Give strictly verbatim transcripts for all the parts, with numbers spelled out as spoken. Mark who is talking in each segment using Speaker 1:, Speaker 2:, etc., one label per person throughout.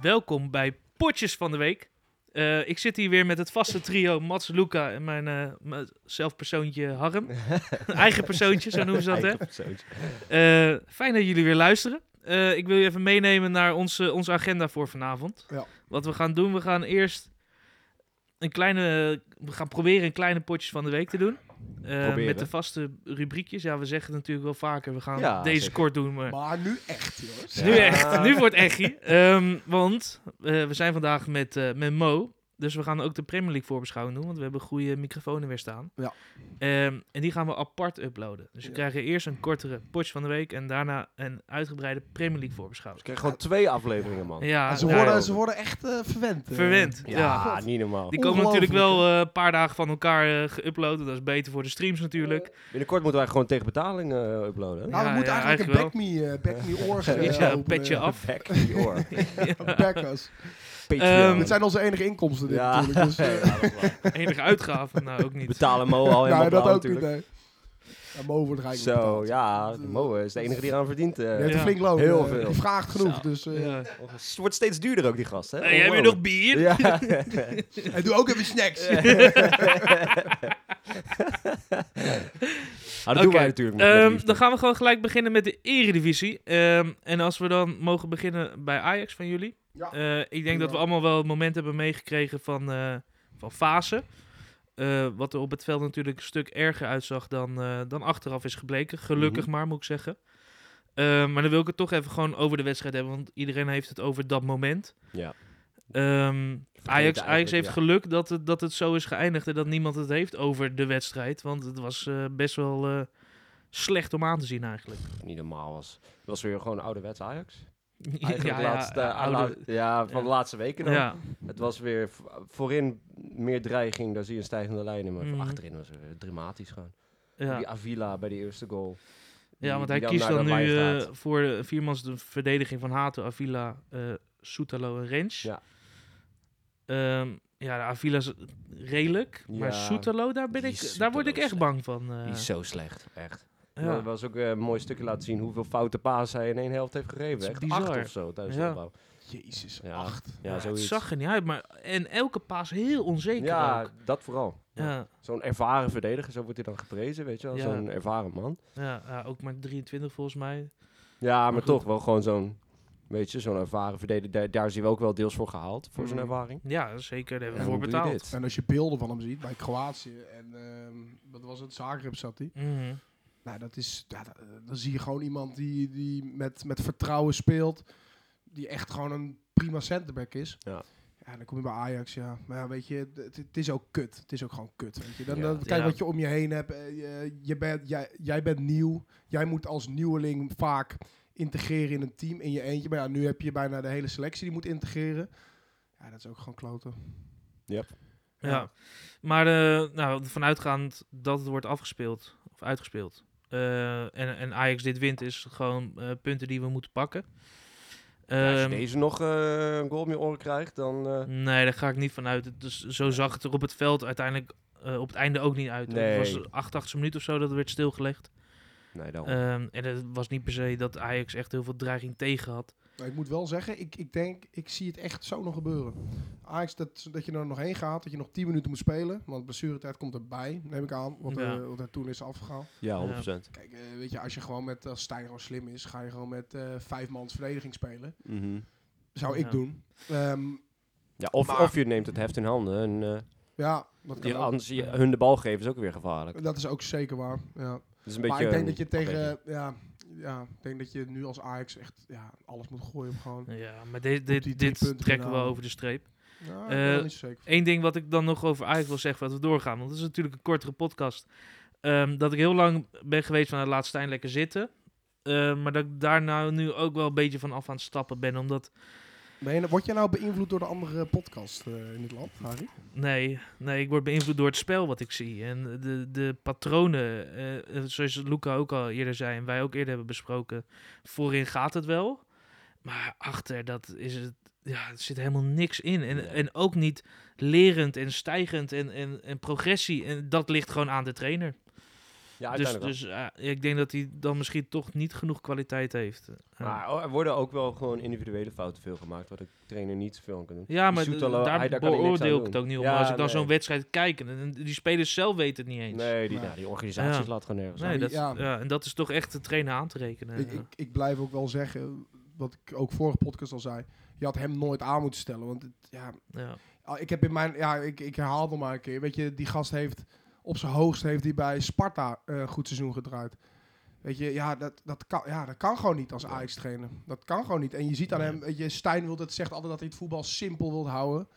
Speaker 1: welkom bij Potjes van de Week. Uh, ik zit hier weer met het vaste trio Mats, Luca en mijn, uh, mijn zelfpersoontje Harm. Eigen persoontje, zo noemen ze dat,
Speaker 2: Eigen
Speaker 1: hè? Uh, fijn dat jullie weer luisteren. Uh, ik wil je even meenemen naar onze, onze agenda voor vanavond.
Speaker 3: Ja.
Speaker 1: Wat we gaan doen, we gaan eerst een kleine, we gaan proberen een kleine Potjes van de Week te doen. Uh, met de vaste rubriekjes. Ja, we zeggen het natuurlijk wel vaker. We gaan
Speaker 2: ja,
Speaker 1: deze
Speaker 2: zeker.
Speaker 1: kort doen. Maar,
Speaker 3: maar nu echt, jongens.
Speaker 1: Ja. Nu echt. Nu wordt echt. Um, want uh, we zijn vandaag met, uh, met Mo. Dus we gaan ook de Premier League voorbeschouwing doen. Want we hebben goede microfoons weer staan.
Speaker 3: Ja.
Speaker 1: Um, en die gaan we apart uploaden. Dus we ja. krijgen eerst een kortere potje van de week. En daarna een uitgebreide Premier League voorbeschouwing.
Speaker 2: Dus ik krijg gewoon twee afleveringen, man.
Speaker 1: Ja,
Speaker 3: en ze,
Speaker 1: ja,
Speaker 3: worden,
Speaker 1: ja.
Speaker 3: ze worden echt uh, verwend. Uh.
Speaker 1: Verwend.
Speaker 3: Ja,
Speaker 1: ja.
Speaker 2: niet normaal.
Speaker 1: Die komen natuurlijk wel een uh, paar dagen van elkaar uh, geüpload. Dat is beter voor de streams natuurlijk.
Speaker 2: Uh, binnenkort moeten wij gewoon tegen betaling uh, uploaden. Hè?
Speaker 3: Nou, we
Speaker 1: ja,
Speaker 3: moeten
Speaker 1: ja,
Speaker 3: eigenlijk,
Speaker 1: eigenlijk
Speaker 3: een back me, uh, back me oor
Speaker 1: uh, ja, een petje af.
Speaker 2: Back me oor.
Speaker 3: Back us.
Speaker 1: Um,
Speaker 3: dit zijn onze enige inkomsten dit,
Speaker 2: ja.
Speaker 3: natuurlijk. Dus, uh.
Speaker 2: ja, dat is waar.
Speaker 1: Enige uitgaven? Nou, ook niet.
Speaker 2: Betalen Mo al helemaal
Speaker 3: nou, dat
Speaker 2: blauw,
Speaker 3: ook
Speaker 2: natuurlijk.
Speaker 3: niet, nee. Ja, Mo wordt rijk
Speaker 2: Zo,
Speaker 3: betaald.
Speaker 2: ja, Mo is de enige die eraan verdient. Uh.
Speaker 3: Die heeft
Speaker 1: Ja.
Speaker 3: een flink loon.
Speaker 2: Heel
Speaker 3: uh,
Speaker 2: veel.
Speaker 3: Die vraagt genoeg.
Speaker 1: Zo.
Speaker 3: Dus, uh,
Speaker 1: Ja.
Speaker 2: Het wordt steeds duurder ook, die gast. Hè?
Speaker 1: Hey, heb je nog bier?
Speaker 2: Ja.
Speaker 3: en doe ook even snacks.
Speaker 2: Ah, dat doen
Speaker 1: okay.
Speaker 2: wij natuurlijk. Met
Speaker 1: Um, dan gaan we gewoon gelijk beginnen met de Eredivisie. Um, en als we dan mogen beginnen bij Ajax van jullie.
Speaker 3: Ja.
Speaker 1: Uh, ik denk dat we allemaal wel het moment hebben meegekregen van, uh, van fase. Uh, wat er op het veld natuurlijk een stuk erger uitzag dan, uh, dan achteraf is gebleken. Gelukkig
Speaker 2: Mm-hmm.
Speaker 1: maar, moet ik zeggen. Uh, maar dan wil ik het toch even gewoon over de wedstrijd hebben. Want iedereen heeft het over dat moment.
Speaker 2: Ja.
Speaker 1: Um, Ajax, Ajax heeft
Speaker 2: ja.
Speaker 1: geluk dat het, dat het zo is geëindigd en dat niemand het heeft over de wedstrijd. Want het was uh, best wel uh, slecht om aan te zien eigenlijk.
Speaker 2: Niet normaal was. Het was weer gewoon ouderwets Ajax.
Speaker 1: ja,
Speaker 2: Eigenlijk
Speaker 1: ja,
Speaker 2: laatste,
Speaker 1: ja,
Speaker 2: oude,
Speaker 1: oude,
Speaker 2: ja, van
Speaker 1: ja.
Speaker 2: de laatste weken dan.
Speaker 1: Ja.
Speaker 2: Het was weer v- voorin meer dreiging, daar zie je een stijgende lijnen. Maar
Speaker 1: Mm.
Speaker 2: achterin was het weer dramatisch gewoon.
Speaker 1: Ja.
Speaker 2: Die Avila bij de eerste goal.
Speaker 1: Ja, want
Speaker 2: die
Speaker 1: hij
Speaker 2: dan
Speaker 1: kiest
Speaker 2: naar
Speaker 1: dan
Speaker 2: de
Speaker 1: nu
Speaker 2: lijn
Speaker 1: uh,
Speaker 2: gaat.
Speaker 1: voor de viermans de verdediging van Hato, Avila, uh, Soetalo en Rens.
Speaker 2: Ja.
Speaker 1: Um, ja, de Avila is redelijk,
Speaker 2: Ja,
Speaker 1: maar Soetalo, daar, ben
Speaker 2: die
Speaker 1: ik,
Speaker 2: Soetalo
Speaker 1: daar word ik
Speaker 2: is
Speaker 1: echt
Speaker 2: slecht.
Speaker 1: bang van. Uh,
Speaker 2: Die is zo slecht, echt.
Speaker 1: ja.
Speaker 2: Dat was ook uh, een mooi stukje laten zien hoeveel foute paas hij in één helft heeft gegeven.
Speaker 1: is
Speaker 2: Echt
Speaker 1: bizar.
Speaker 2: acht of zo thuis
Speaker 1: Ja.
Speaker 2: opbouw.
Speaker 3: Jezus,
Speaker 2: Ja.
Speaker 3: acht.
Speaker 2: Ja,
Speaker 1: Ja, het
Speaker 2: zoiets.
Speaker 1: zag er niet uit, maar en elke paas heel onzeker
Speaker 2: Ja,
Speaker 1: ook.
Speaker 2: dat vooral. Ja.
Speaker 1: Ja,
Speaker 2: Zo'n ervaren verdediger, zo wordt hij dan geprezen, weet je wel.
Speaker 1: Ja.
Speaker 2: Zo'n ervaren man.
Speaker 1: ja, ja, ook maar drieëntwintig volgens mij.
Speaker 2: Ja, maar,
Speaker 1: Maar
Speaker 2: toch
Speaker 1: goed.
Speaker 2: wel gewoon zo'n, weet je, zo'n ervaren verdediger. Daar, daar is hij wel ook wel deels voor gehaald, voor zijn
Speaker 3: Mm.
Speaker 2: ervaring.
Speaker 1: Ja, zeker, daar hebben
Speaker 2: Ja,
Speaker 1: we
Speaker 2: hoe
Speaker 1: voor
Speaker 2: doe je
Speaker 1: betaald.
Speaker 2: dit?
Speaker 3: En als je beelden van hem ziet bij Kroatië en um, wat was het, Zagreb zat hij.
Speaker 1: Mhm.
Speaker 3: Nou, dat is, ja, da- dan zie je gewoon iemand die, die met, met vertrouwen speelt, die echt gewoon een prima centerback is.
Speaker 2: Ja.
Speaker 3: Ja, dan kom je bij Ajax, ja. Maar ja, weet je, het, het is ook kut. Het is ook gewoon kut, weet je. Dan,
Speaker 2: Ja.
Speaker 3: dan kijk
Speaker 1: Ja.
Speaker 3: wat je om je heen hebt. Uh, je, je bent, jij, jij bent nieuw. Jij moet als nieuweling vaak integreren in een team in je eentje. Maar ja, nu heb je bijna de hele selectie die moet integreren. Ja, dat is ook gewoon kloten.
Speaker 2: Yep.
Speaker 1: Ja.
Speaker 3: Ja.
Speaker 1: Maar uh, nou, vanuitgaand dat het wordt afgespeeld, of uitgespeeld, uh, en, en Ajax dit wint, is gewoon uh, punten die we moeten pakken.
Speaker 2: Ja, als je
Speaker 1: Um,
Speaker 2: deze nog uh, een goal op je oren krijgt, dan... Uh,
Speaker 1: Nee, daar ga ik niet van uit. Dus zo zag het er op het veld uiteindelijk uh, op het einde ook niet uit.
Speaker 2: Nee.
Speaker 1: Het was achtentachtigste minuut of zo dat het werd stilgelegd.
Speaker 2: nee, dan.
Speaker 1: Um, en het was niet per se dat Ajax echt heel veel dreiging tegen had.
Speaker 3: Maar ik moet wel zeggen, ik, ik denk, ik zie het echt zo nog gebeuren. Ajax, dat, dat je er nog heen gaat, dat je nog tien minuten moet spelen. Want blessuretijd komt erbij, neem ik aan. Wat,
Speaker 1: Ja.
Speaker 3: er, wat er toen is afgegaan.
Speaker 2: ja, honderd procent.
Speaker 3: Kijk, uh, weet je, als je gewoon met, als Stijn gewoon slim is, ga je gewoon met uh, vijf mans verdediging spelen.
Speaker 2: Mhm.
Speaker 3: Zou
Speaker 1: Ja.
Speaker 3: ik doen. Um,
Speaker 2: Ja, of,
Speaker 3: Maar-
Speaker 2: of je neemt het heft in handen en uh,
Speaker 3: ja, dat kan
Speaker 2: die,
Speaker 3: ook.
Speaker 2: anders je, hun de bal geven is ook weer gevaarlijk.
Speaker 3: Dat is ook zeker waar. Ja.
Speaker 2: Het is een
Speaker 3: Maar
Speaker 2: beetje,
Speaker 3: ik denk
Speaker 2: um,
Speaker 3: dat je tegen,
Speaker 2: afweging.
Speaker 3: ja, ja, ik denk dat je nu als Ajax echt ja, alles moet gooien om gewoon.
Speaker 1: Ja, maar dit,
Speaker 3: die
Speaker 1: dit,
Speaker 3: drie
Speaker 1: dit
Speaker 3: punten
Speaker 1: trekken we
Speaker 3: binnenhalen.
Speaker 1: over de streep.
Speaker 3: Ja, ik
Speaker 1: Eh,
Speaker 3: ben er niet zo zeker van.
Speaker 1: Eén ding wat ik dan nog over Ajax wil zeggen, wat we doorgaan, want het is natuurlijk een kortere podcast. Um, dat ik heel lang ben geweest van, nou, laat Stijn lekker zitten. Uh, maar dat ik daar nou nu ook wel een beetje van af aan het stappen ben, omdat...
Speaker 3: Ben je, word jij nou beïnvloed door de andere podcast uh, in het land, Harry?
Speaker 1: Nee, nee, ik word beïnvloed door het spel wat ik zie. En de, de patronen, uh, zoals Luca ook al eerder zei en wij ook eerder hebben besproken, voorin gaat het wel. Maar achter, dat is het, ja, er zit helemaal niks in. En,
Speaker 2: Ja.
Speaker 1: en ook niet lerend en stijgend en, en, en progressie. En dat ligt gewoon aan de trainer.
Speaker 2: Ja,
Speaker 1: Dus,
Speaker 2: uiteindelijk
Speaker 1: dus uh, ik denk dat hij dan misschien toch niet genoeg kwaliteit heeft.
Speaker 2: wel.
Speaker 1: Uh,
Speaker 2: Maar oh, er worden ook wel gewoon individuele fouten veel gemaakt, wat de trainer niet zoveel aan kan doen.
Speaker 1: ja,
Speaker 2: Die
Speaker 1: maar
Speaker 2: Soetalo,
Speaker 1: d- daar
Speaker 2: hij- daar kan hij niks aan
Speaker 1: beoordeel ik
Speaker 2: doen.
Speaker 1: het ook niet op.
Speaker 2: Ja,
Speaker 1: maar als ik dan
Speaker 2: nee.
Speaker 1: zo'n wedstrijd kijk, en, en die spelers zelf weten het niet eens.
Speaker 2: Nee, die,
Speaker 3: Nee.
Speaker 2: nou, die organisaties
Speaker 1: Ja.
Speaker 2: laat gewoon nergens
Speaker 1: Nee,
Speaker 2: aan.
Speaker 1: dat,
Speaker 3: Ja.
Speaker 1: ja, en dat is toch echt de trainer aan te rekenen.
Speaker 3: Ik, ik, ik blijf ook wel zeggen, wat ik ook vorige podcast al zei. Je had hem nooit aan moeten stellen. Want het, ja,
Speaker 1: ja.
Speaker 3: ah, ik heb in mijn, ja, ik, ik herhaal het nog maar een keer. Weet je, die gast heeft op zijn hoogst heeft hij bij Sparta eh, een goed seizoen gedraaid. Weet je, ja, dat, dat, kan, ja, dat kan gewoon niet als Ajax-trainer. Dat kan gewoon niet. En je ziet aan
Speaker 1: Nee.
Speaker 3: hem, weet je, Stijn wil het, zegt altijd dat hij het voetbal simpel wil houden.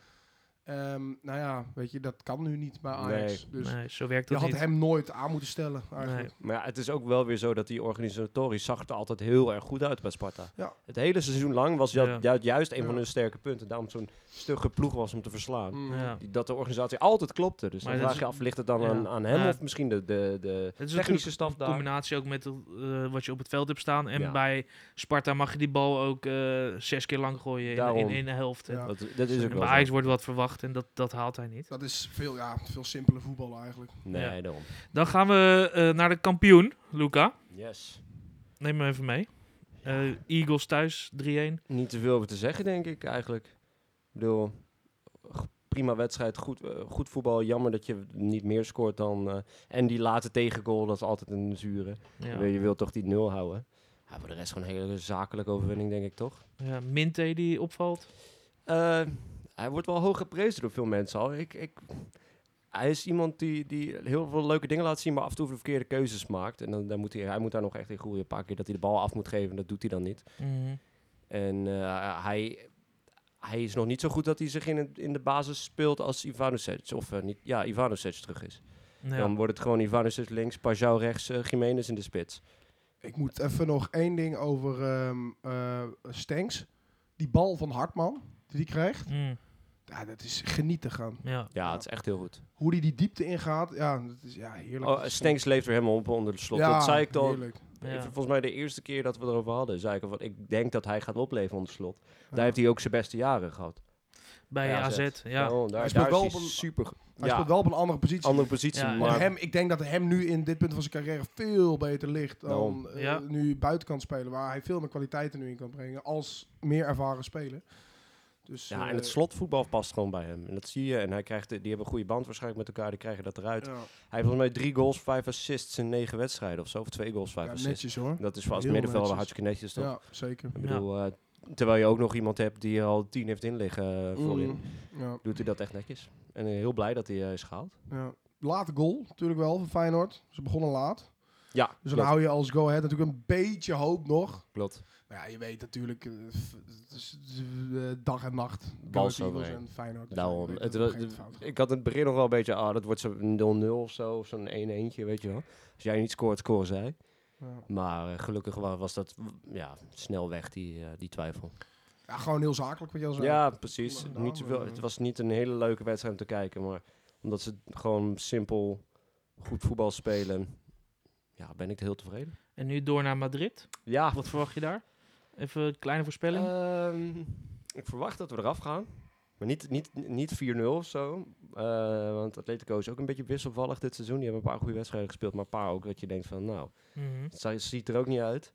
Speaker 3: Um, nou ja, weet je, dat kan nu niet bij Ajax.
Speaker 2: Nee.
Speaker 3: Dus
Speaker 1: Nee, zo werkt
Speaker 3: je
Speaker 1: dat
Speaker 3: had
Speaker 1: niet.
Speaker 3: hem nooit aan moeten stellen, eigenlijk.
Speaker 1: Nee.
Speaker 2: Maar ja, het is ook wel weer zo dat die organisatorisch zag er altijd heel erg goed uit bij Sparta.
Speaker 3: Ja.
Speaker 2: Het hele seizoen lang was dat
Speaker 1: Ja.
Speaker 2: ju- juist een
Speaker 3: Ja.
Speaker 2: van hun sterke punten. Daarom zo'n stugge ploeg was om te verslaan.
Speaker 3: Mm.
Speaker 1: Ja.
Speaker 2: Die- Dat de organisatie altijd klopte. Dus
Speaker 1: Maar
Speaker 2: dan
Speaker 1: dat
Speaker 2: vraag je
Speaker 1: is-
Speaker 2: af, ligt het dan
Speaker 1: ja.
Speaker 2: aan, aan hem
Speaker 1: Maar
Speaker 2: of misschien de, de, de
Speaker 1: Het is
Speaker 2: technische
Speaker 1: natuurlijk
Speaker 2: staf
Speaker 1: een
Speaker 2: daar?
Speaker 1: combinatie ook met uh, wat je op het veld hebt staan. En
Speaker 2: Ja.
Speaker 1: bij Sparta mag je die bal ook uh, zes keer lang gooien in, in,
Speaker 2: Daarom.
Speaker 1: in de helft.
Speaker 3: Ja.
Speaker 2: Dat, dat is ook
Speaker 1: En
Speaker 2: wel
Speaker 1: bij
Speaker 2: zo.
Speaker 1: Ajax wordt wat verwacht en dat, dat haalt hij niet.
Speaker 3: Dat is veel, ja, veel simpeler voetbal eigenlijk.
Speaker 2: Nee,
Speaker 1: Ja.
Speaker 2: daarom.
Speaker 1: Dan gaan we uh, naar de kampioen, Luca.
Speaker 2: Yes.
Speaker 1: Neem me even mee. Uh, Eagles thuis, drie-een.
Speaker 2: Niet te veel over te zeggen, denk ik eigenlijk. Ik bedoel, g- prima wedstrijd, goed, uh, goed voetbal. Jammer dat je niet meer scoort dan... Uh, en die late tegengoal, dat is altijd een zure.
Speaker 1: Ja.
Speaker 2: Je wilt toch die nul houden. Ja, voor de rest gewoon een hele zakelijke overwinning, denk ik toch?
Speaker 1: Ja, Minte die opvalt.
Speaker 2: Uh, hij wordt wel hoog geprezen door veel mensen al. Ik, ik, hij is iemand die, die heel veel leuke dingen laat zien, maar af en toe de verkeerde keuzes maakt. En dan, dan moet hij, hij moet daar nog echt in groeien. Een paar keer dat hij de bal af moet geven, dat doet hij dan niet.
Speaker 1: Mm-hmm.
Speaker 2: En uh, hij, hij is nog niet zo goed dat hij zich in, het, in de basis speelt als Ivanovic. Of uh, niet, ja, Ivanovic terug is.
Speaker 1: Ja.
Speaker 2: Dan wordt het gewoon Ivanovic links, Pajau rechts, uh, Jiménez in de spits.
Speaker 3: Ik moet even nog één ding over um, uh, Stenks. Die bal van Hartman, die hij krijgt.
Speaker 1: Mm.
Speaker 3: Ja, dat is genieten gaan.
Speaker 1: Ja.
Speaker 2: Ja,
Speaker 3: Ja.
Speaker 2: het is echt heel goed.
Speaker 3: Hoe die die diepte ingaat, ja, dat is ja, heerlijk.
Speaker 2: Oh, Stenks leeft er helemaal op onder de slot.
Speaker 3: Ja,
Speaker 2: dat zei ik al.
Speaker 3: heerlijk.
Speaker 1: Ja.
Speaker 2: Volgens mij de eerste keer dat we het erover hadden, zei ik al van, ik denk dat hij gaat opleven onder slot. Daar
Speaker 3: Ja.
Speaker 2: heeft hij ook zijn beste jaren gehad.
Speaker 1: Bij
Speaker 2: Bij
Speaker 1: A Z.
Speaker 2: A Z.
Speaker 1: Ja.
Speaker 2: Oh, daar,
Speaker 3: Hij speelt
Speaker 2: daar
Speaker 3: wel
Speaker 2: is hij
Speaker 3: op een-
Speaker 2: super goed.
Speaker 3: Hij
Speaker 2: Ja,
Speaker 3: speelt wel op een andere positie.
Speaker 2: andere positie,
Speaker 1: Ja, ja.
Speaker 3: Maar
Speaker 2: maar
Speaker 3: hem, ik denk dat hem nu in dit punt van zijn carrière veel beter ligt dan
Speaker 2: Daarom.
Speaker 3: uh,
Speaker 1: Ja.
Speaker 3: nu buiten kan spelen. Waar hij veel meer kwaliteiten nu in kan brengen als meer ervaren speler. Dus,
Speaker 2: ja, en
Speaker 3: eh,
Speaker 2: het slotvoetbal past gewoon bij hem. En dat zie je. En hij krijgt, de- die hebben een goede band waarschijnlijk met elkaar. Die krijgen dat eruit.
Speaker 3: ja,
Speaker 2: Hij heeft volgens mij drie goals, vijf assists in negen wedstrijden of zo. Of twee goals, vijf
Speaker 3: ja,
Speaker 2: assists.
Speaker 3: netjes hoor.
Speaker 2: Dat is voor als
Speaker 3: Heel
Speaker 2: middenvelder
Speaker 3: netjes.
Speaker 2: hartstikke netjes, toch?
Speaker 3: Ja, zeker.
Speaker 2: Ik bedoel, eh, terwijl je ook nog iemand hebt die er al tien heeft in liggen uh, voorin.
Speaker 3: Mm, ja,
Speaker 2: Doet hij dat echt netjes. En uh, heel blij dat hij uh, is gehaald.
Speaker 3: ja. Late goal natuurlijk wel van Feyenoord. Ze begonnen laat.
Speaker 2: Ja,
Speaker 3: Dus dan
Speaker 2: klopt.
Speaker 3: hou je als go ahead natuurlijk een beetje hoop nog.
Speaker 2: klopt.
Speaker 3: Maar ja, je weet natuurlijk, uh, f- het is, uh, dag en nacht. Go
Speaker 2: Bals
Speaker 3: Ahead Eagles
Speaker 2: overheen.
Speaker 3: en Feyenoord. Dus
Speaker 2: Daarom.
Speaker 3: je weet
Speaker 2: Het,
Speaker 3: dat er
Speaker 2: wa-
Speaker 3: geen
Speaker 2: de-
Speaker 3: fout gaat.
Speaker 2: ik had in het begin nog wel een beetje, ah, dat wordt zo'n nul nul of zo, of zo'n één-eentje, weet je wel. Als jij niet scoort, scoren zij.
Speaker 3: Ja.
Speaker 2: Maar uh, gelukkig wa- was dat w- ja, snel weg, die, uh, die twijfel.
Speaker 3: Ja, gewoon heel zakelijk wat je al zei.
Speaker 2: Ja, precies.
Speaker 3: Prima gedaan,
Speaker 2: Niet zoveel,
Speaker 3: maar,
Speaker 2: het
Speaker 3: uh,
Speaker 2: was niet een hele leuke wedstrijd om te kijken, maar omdat ze gewoon simpel goed voetbal spelen, ja, ben ik heel tevreden.
Speaker 1: En nu door naar Madrid.
Speaker 2: Ja,
Speaker 1: Wat verwacht je daar? Even een kleine voorspelling.
Speaker 2: Ehm, ik verwacht dat we eraf gaan. Maar niet, niet, niet vier nul of zo. Uh, want Atletico is ook een beetje wisselvallig dit seizoen. Die hebben een paar goede wedstrijden gespeeld, maar een paar ook dat je denkt van, nou,
Speaker 1: Mhm.
Speaker 2: het zi- ziet er ook niet uit.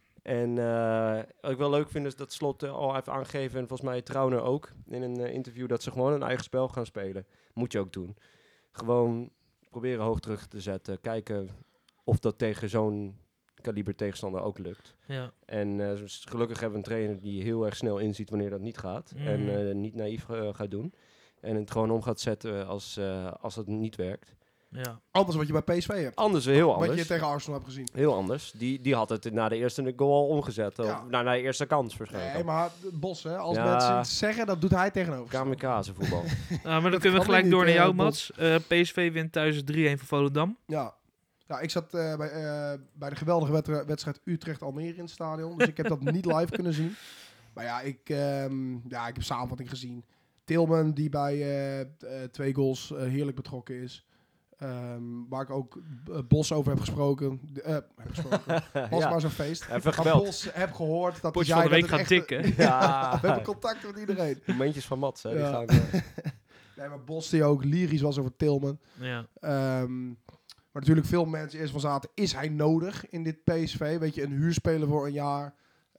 Speaker 2: En uh, wat ik wel leuk vind is dat Slot uh, al heeft aangegeven, en volgens mij Trauner ook, in een uh, interview, dat ze gewoon een eigen spel gaan spelen. Moet je ook doen. Gewoon proberen hoog terug te zetten. Kijken of dat tegen zo'n kaliber tegenstander ook lukt.
Speaker 1: Ja.
Speaker 2: En uh, dus gelukkig hebben we een trainer die heel erg snel inziet wanneer dat niet gaat.
Speaker 1: Mhm.
Speaker 2: En uh, niet naïef uh, gaat doen. En het gewoon om gaat zetten als, uh, als het niet werkt.
Speaker 1: Ja.
Speaker 3: Anders wat je bij P S V hebt.
Speaker 2: Anders, heel
Speaker 3: Wat je
Speaker 2: anders.
Speaker 3: tegen Arsenal hebt gezien.
Speaker 2: Heel anders. Die, die had het na de eerste goal al omgezet.
Speaker 3: Ja.
Speaker 2: Of nou, na de eerste kans waarschijnlijk.
Speaker 3: Nee,
Speaker 2: al.
Speaker 3: maar Bos, hè, als
Speaker 2: Ja.
Speaker 3: mensen iets zeggen, dat doet hij tegenover.
Speaker 2: Kamikaze voetbal.
Speaker 1: Nou, maar dan
Speaker 3: Dat
Speaker 1: kunnen we
Speaker 3: kan
Speaker 1: gelijk
Speaker 3: niet,
Speaker 1: door naar
Speaker 3: eh,
Speaker 1: jou,
Speaker 3: Bos.
Speaker 1: Mats. Uh, P S V wint thuis drie-een van Volendam.
Speaker 3: Ja. Ja, ik zat uh, bij, uh, bij de geweldige wedri- wedstrijd Utrecht-Almere in het stadion. Dus ik heb dat niet live kunnen zien. Maar ja, ik, um, ja, ik heb samenvatting gezien. Tilman, die bij uh, uh, twee goals uh, heerlijk betrokken is. Um, waar ik ook uh, Bos over heb gesproken. De, uh, heb gesproken. Was
Speaker 2: Ja.
Speaker 3: maar zo'n feest.
Speaker 2: Even
Speaker 3: Maar
Speaker 2: gebeld.
Speaker 3: Bos heb gehoord dat
Speaker 1: Potje
Speaker 3: jij
Speaker 1: van de week
Speaker 3: dat
Speaker 1: gaat
Speaker 3: het echt-
Speaker 1: tikken.
Speaker 2: Ja.
Speaker 3: We hebben contact met iedereen.
Speaker 2: Momentjes van Mats, hè. Die
Speaker 3: Ja.
Speaker 2: gaan, uh,
Speaker 3: Nee, maar Bos die ook lyrisch was over Tilman.
Speaker 1: Ja.
Speaker 3: Um, Maar natuurlijk veel mensen eerst van zaten, is hij nodig in dit P S V? Weet je, een huurspeler voor een jaar.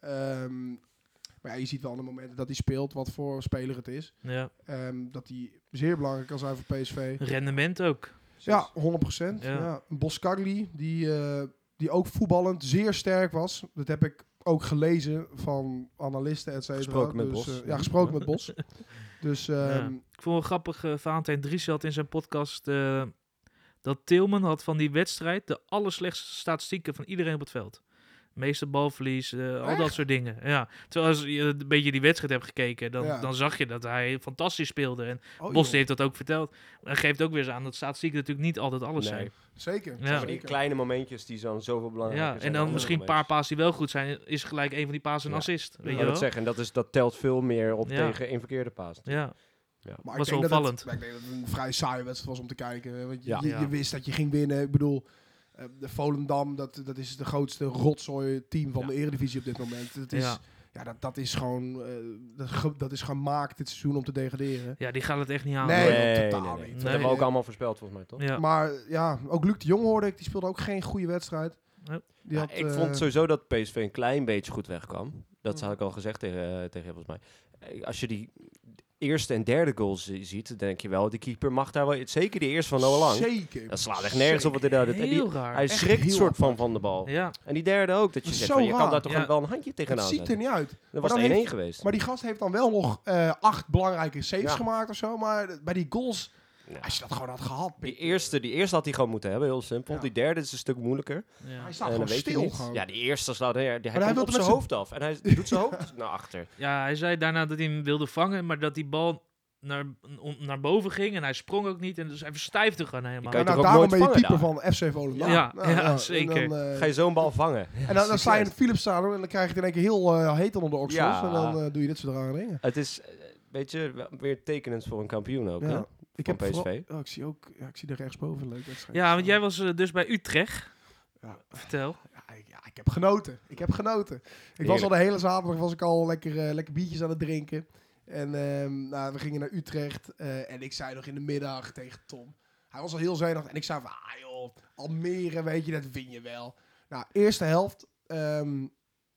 Speaker 3: Um, maar ja, je ziet wel aan de momenten dat hij speelt wat voor speler het is.
Speaker 1: Ja.
Speaker 3: Um, dat hij zeer belangrijk kan zijn voor P S V.
Speaker 1: Rendement ook.
Speaker 3: Ja, honderd procent.
Speaker 1: Ja.
Speaker 3: Ja. Boskagli, die, uh, die ook voetballend zeer sterk was. Dat heb ik ook gelezen van analisten, et cetera.
Speaker 2: Gesproken met
Speaker 3: dus,
Speaker 2: Bos.
Speaker 3: Uh, ja, gesproken met Bos. Dus, um,
Speaker 1: ja. Ik vond het wel grappig, uh, Valentijn Dries had in zijn podcast uh, dat Tilman had van die wedstrijd de allerslechtste statistieken van iedereen op het veld. Meeste balverlies, uh, al dat soort dingen. Ja. Terwijl als je een beetje die wedstrijd hebt gekeken, dan,
Speaker 3: ja.
Speaker 1: dan zag je dat hij fantastisch speelde. En
Speaker 3: oh,
Speaker 1: Bos
Speaker 3: joh.
Speaker 1: heeft dat ook verteld. En geeft ook weer eens aan dat statistieken natuurlijk niet altijd alles
Speaker 2: Nee.
Speaker 1: zijn.
Speaker 3: Zeker.
Speaker 1: Ja.
Speaker 2: Maar
Speaker 3: zeker.
Speaker 2: die kleine momentjes die dan zoveel belangrijker
Speaker 1: Ja,
Speaker 2: zijn.
Speaker 1: en dan misschien een paar pasen die wel goed zijn, is gelijk een van die pasen een
Speaker 2: Ja.
Speaker 1: assist. Weet
Speaker 2: Ik
Speaker 1: je
Speaker 2: wil
Speaker 1: wel?
Speaker 2: het zeggen, en dat, is, dat telt veel meer op
Speaker 1: Ja.
Speaker 2: tegen een verkeerde paas.
Speaker 1: Ja.
Speaker 2: Ja.
Speaker 3: Maar
Speaker 1: Was
Speaker 3: ik denk
Speaker 1: wel
Speaker 3: dat het-
Speaker 1: opvallend.
Speaker 3: maar ik denk dat het een vrij saaie wedstrijd was om te kijken. Want je,
Speaker 2: Ja.
Speaker 3: je,
Speaker 1: Ja.
Speaker 3: je wist dat je ging winnen. Ik bedoel, uh, de Volendam, dat, dat is de grootste rotzooi team van
Speaker 2: Ja.
Speaker 3: de Eredivisie op dit moment. Dat is,
Speaker 1: Ja.
Speaker 3: ja. dat, dat is gewoon, uh, dat, ge- dat is gemaakt dit seizoen om te degraderen.
Speaker 1: ja, die gaat het echt niet aan.
Speaker 3: Nee,
Speaker 2: Nee,
Speaker 3: totaal
Speaker 2: nee, nee.
Speaker 3: niet.
Speaker 2: Dat
Speaker 1: Nee.
Speaker 2: hebben we ook allemaal voorspeld volgens mij, toch?
Speaker 1: Ja.
Speaker 3: Maar ja, ook Luc de Jong hoorde ik, die speelde ook geen goede wedstrijd.
Speaker 1: Nee.
Speaker 3: Die
Speaker 2: Ja,
Speaker 3: had,
Speaker 2: ik
Speaker 3: uh,
Speaker 2: vond sowieso dat P S V een klein beetje goed wegkwam. Dat
Speaker 3: Mm.
Speaker 2: had ik al gezegd tegen, uh, tegen je, volgens mij. Eh, Als je die eerste en derde goal zi- ziet, dan denk je wel, die keeper mag daar wel... Zeker die eerste van Noah Lang.
Speaker 3: Zeker.
Speaker 2: Dat slaat echt nergens op wat hij daar doet. En die-
Speaker 1: Heel raar.
Speaker 2: Hij
Speaker 3: Echt
Speaker 2: schrikt
Speaker 3: heel
Speaker 2: soort van
Speaker 3: apart.
Speaker 2: van de bal.
Speaker 1: Ja.
Speaker 2: En die derde ook. Dat je
Speaker 3: Dat is
Speaker 2: zegt,
Speaker 3: zo
Speaker 2: van, je kan
Speaker 3: raar.
Speaker 2: daar toch
Speaker 1: Ja.
Speaker 2: een- wel een handje
Speaker 3: Het
Speaker 2: tegenaan
Speaker 3: ziet er
Speaker 2: zetten.
Speaker 3: niet uit.
Speaker 2: Dat
Speaker 3: Maar
Speaker 2: was
Speaker 3: dan
Speaker 2: één één
Speaker 3: heeft-
Speaker 2: geweest.
Speaker 3: Maar die gast heeft dan wel nog uh, acht belangrijke saves
Speaker 2: Ja.
Speaker 3: gemaakt of zo. Maar bij die goals,
Speaker 2: Ja.
Speaker 3: als je dat gewoon had gehad...
Speaker 2: Die eerste, die eerste had hij gewoon moeten hebben, heel simpel.
Speaker 3: Ja.
Speaker 2: Die derde is een stuk moeilijker.
Speaker 1: Ja.
Speaker 3: Hij staat
Speaker 2: En
Speaker 3: gewoon
Speaker 2: dan weet je
Speaker 3: stil.
Speaker 2: niet.
Speaker 3: Gewoon.
Speaker 2: Ja, die eerste slaat hij, die, hij
Speaker 3: hij
Speaker 2: komt
Speaker 3: wil
Speaker 2: op
Speaker 3: met
Speaker 2: zijn
Speaker 3: zijn-
Speaker 2: hoofd af. En hij doet zijn hoofd naar achter.
Speaker 1: Ja, hij zei daarna dat hij hem wilde vangen, maar dat die bal naar, om, naar boven ging en hij sprong ook niet. En dus hij verstijfde gewoon helemaal.
Speaker 2: kan je
Speaker 3: nou,
Speaker 2: toch ook
Speaker 3: daarom
Speaker 2: nooit
Speaker 3: ben je
Speaker 2: vangen
Speaker 3: keeper van F C Volendam.
Speaker 1: Ja,
Speaker 3: Nou,
Speaker 1: ja,
Speaker 3: en
Speaker 1: zeker.
Speaker 3: dan, uh,
Speaker 2: Ga je zo'n bal vangen?
Speaker 3: en dan, dan sta je in het Philipsstadion en dan krijg je het in één keer heel uh, heet onder de oksels.
Speaker 2: Ja.
Speaker 3: En dan uh, doe je dit soort rare dingen.
Speaker 2: Het is, eh, weet je, wel weer tekenend voor een kampioen ook. Hè?
Speaker 3: Ja. Ik
Speaker 2: Van
Speaker 3: heb
Speaker 2: P S V.
Speaker 3: vooral- oh, ik zie ook, ja, ik zie er rechtsboven een leuke wedstrijd.
Speaker 1: Ja, want jij was uh, dus bij Utrecht.
Speaker 3: Ja.
Speaker 1: Vertel.
Speaker 3: Ja, ik, ja, ik heb genoten. Ik heb genoten. Ik was al de hele zaterdag was ik al lekker, uh, lekker biertjes aan het drinken. En um, nou, we gingen naar Utrecht. Uh, en ik zei nog in de middag tegen Tom. Hij was al heel zenuwachtig. En ik zei van, ah joh, Almere, weet je, dat win je wel. Nou, eerste helft. Um,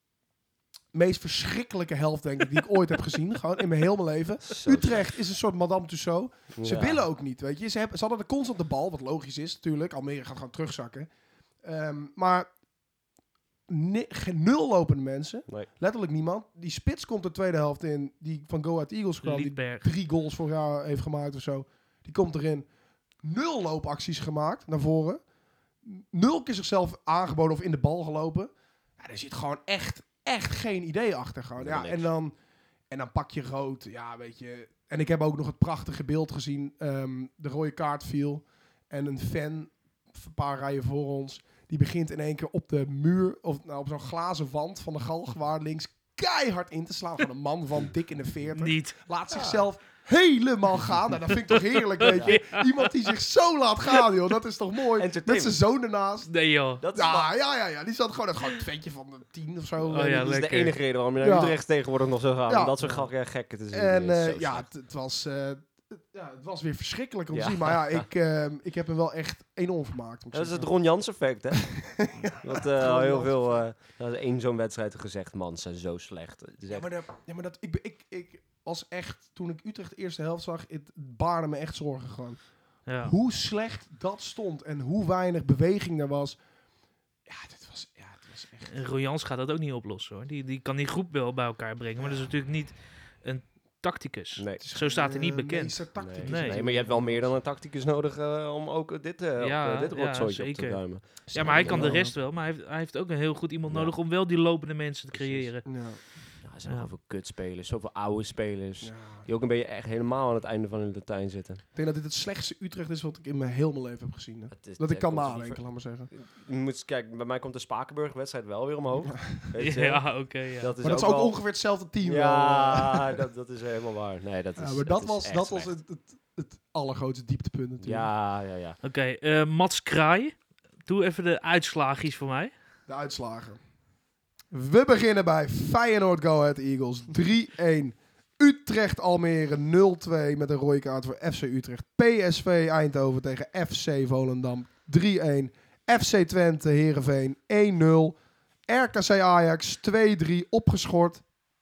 Speaker 3: meest verschrikkelijke helft, denk ik, die ik ooit heb gezien. Gewoon in mijn heel mijn leven.
Speaker 2: Zo
Speaker 3: Utrecht is een soort Madame Tussauds. Ze
Speaker 2: Ja.
Speaker 3: willen ook niet, weet je. Ze, hebben, ze hadden de constant de bal, wat logisch is natuurlijk. Almere gaat gewoon terugzakken. Um, maar ni- geen nul lopende mensen.
Speaker 2: Nee.
Speaker 3: Letterlijk niemand. Die spits komt de tweede helft in, die van Go Ahead Eagles kwam. Die
Speaker 1: Liedberg.
Speaker 3: drie goals vorig jaar heeft gemaakt of zo. Die komt erin. Nul loopacties gemaakt naar voren. Nul keer zichzelf aangeboden of in de bal gelopen. Ja, er zit gewoon echt, echt geen idee achter. Gewoon. Ja,
Speaker 2: Niks.
Speaker 3: en, dan, en dan pak je rood. Ja, weet je. En ik heb ook nog het prachtige beeld gezien. Um, de rode kaart viel. En een fan, een paar rijen voor ons, die begint in één keer op de muur, of nou, op zo'n glazen wand van de Galgenwaard links, keihard in te slaan. Van een man van dik in de veertig.
Speaker 1: Niet.
Speaker 3: Laat zichzelf helemaal gaan. Nou, dat vind ik toch heerlijk, weet je. Iemand die zich zo laat gaan, joh. Dat is toch mooi. Met
Speaker 2: Entertainment.
Speaker 3: zijn zoon ernaast.
Speaker 1: Nee joh.
Speaker 2: Dat is,
Speaker 3: Ja,
Speaker 2: wel-
Speaker 3: ja, ja, ja. Die zat gewoon, dat gewoon een ventje van de tien of zo.
Speaker 1: Oh
Speaker 3: weet ik.
Speaker 1: ja,
Speaker 2: dat is de
Speaker 1: lekker.
Speaker 2: enige reden waarom je naar
Speaker 3: Ja.
Speaker 2: Utrecht tegenwoordig nog zo gaat.
Speaker 3: Ja.
Speaker 2: Om dat soort gek- gekken te zien.
Speaker 3: En
Speaker 2: Dat is
Speaker 3: eh,
Speaker 2: zo
Speaker 3: ja,
Speaker 2: slecht.
Speaker 3: het, het was... eh, ja, het was weer verschrikkelijk om te
Speaker 2: Ja.
Speaker 3: zien. Maar ja, ik, eh, ik heb me wel echt enorm vermaakt. moet ik
Speaker 2: Dat is het
Speaker 3: zeggen.
Speaker 2: Ron Jans effect, hè? Wat uh,
Speaker 3: Ron
Speaker 2: al heel
Speaker 3: Jans
Speaker 2: veel... eh dat is één zo'n wedstrijd gezegd, man, ze zijn zo slecht. Het is
Speaker 3: Ja,
Speaker 2: echt-
Speaker 3: maar, dat, ja, maar dat, ik, ben- ik, ik was echt... Toen ik Utrecht de eerste helft zag, het baarde me echt zorgen gewoon.
Speaker 1: Ja.
Speaker 3: Hoe slecht dat stond en hoe weinig beweging er was. Ja, dit was, ja, het was echt...
Speaker 1: En Royans gaat dat ook niet oplossen hoor. Die, die kan die groep wel bij elkaar brengen, maar dat is natuurlijk niet een tacticus.
Speaker 2: Nee.
Speaker 3: Het is
Speaker 1: Zo staat hij niet
Speaker 3: eh,
Speaker 1: bekend.
Speaker 3: meester tacticus.
Speaker 2: Nee.
Speaker 1: Nee.
Speaker 2: nee, maar je hebt wel meer dan een tacticus nodig uh, om ook dit, uh,
Speaker 1: Ja,
Speaker 2: op, uh, dit
Speaker 1: ja,
Speaker 2: rotzooitje op te
Speaker 1: zeker.
Speaker 2: ruimen.
Speaker 1: Ja, maar hij kan de
Speaker 3: Ja.
Speaker 1: rest wel. Maar hij heeft, hij heeft ook een heel goed iemand
Speaker 2: Ja.
Speaker 1: nodig om wel die lopende mensen te
Speaker 2: Precies.
Speaker 1: creëren.
Speaker 3: Ja,
Speaker 2: Ja, er zijn
Speaker 1: Ja.
Speaker 2: zoveel kutspelers, zoveel oude spelers.
Speaker 3: ja.
Speaker 2: Die ook een beetje echt helemaal aan het einde van hun Latijn zitten.
Speaker 3: Ik denk dat dit het slechtste Utrecht is wat ik in mijn heel mijn leven heb gezien. Hè.
Speaker 2: Het is-
Speaker 3: Dat ik
Speaker 2: het
Speaker 3: kan
Speaker 2: komt
Speaker 3: nadenken,
Speaker 2: liever-
Speaker 3: laat maar zeggen.
Speaker 2: Je moet eens kijken, bij mij komt de Spakenburg-wedstrijd wel weer omhoog. Weet je?
Speaker 1: Ja, oké. ja.
Speaker 2: Dat is
Speaker 3: Maar dat is ook
Speaker 2: wel-
Speaker 3: ongeveer hetzelfde team. wel.
Speaker 2: Ja, dat, dat is helemaal waar. Nee, dat is,
Speaker 3: Ja, maar dat,
Speaker 2: is
Speaker 3: was,
Speaker 2: echt
Speaker 3: dat was
Speaker 2: slecht.
Speaker 3: het, het, het allergrootste dieptepunt natuurlijk.
Speaker 2: Ja, ja, ja.
Speaker 1: Oké, eh, Mats Kraai. Doe even de uitslagies voor mij.
Speaker 3: De uitslagen. We beginnen bij Feyenoord Go Ahead Eagles drie-een. Utrecht Almere nul twee met een rode kaart voor F C Utrecht. P S V Eindhoven tegen F C Volendam drie-een. F C Twente, Heerenveen één nul. R K C Ajax twee drie, opgeschort.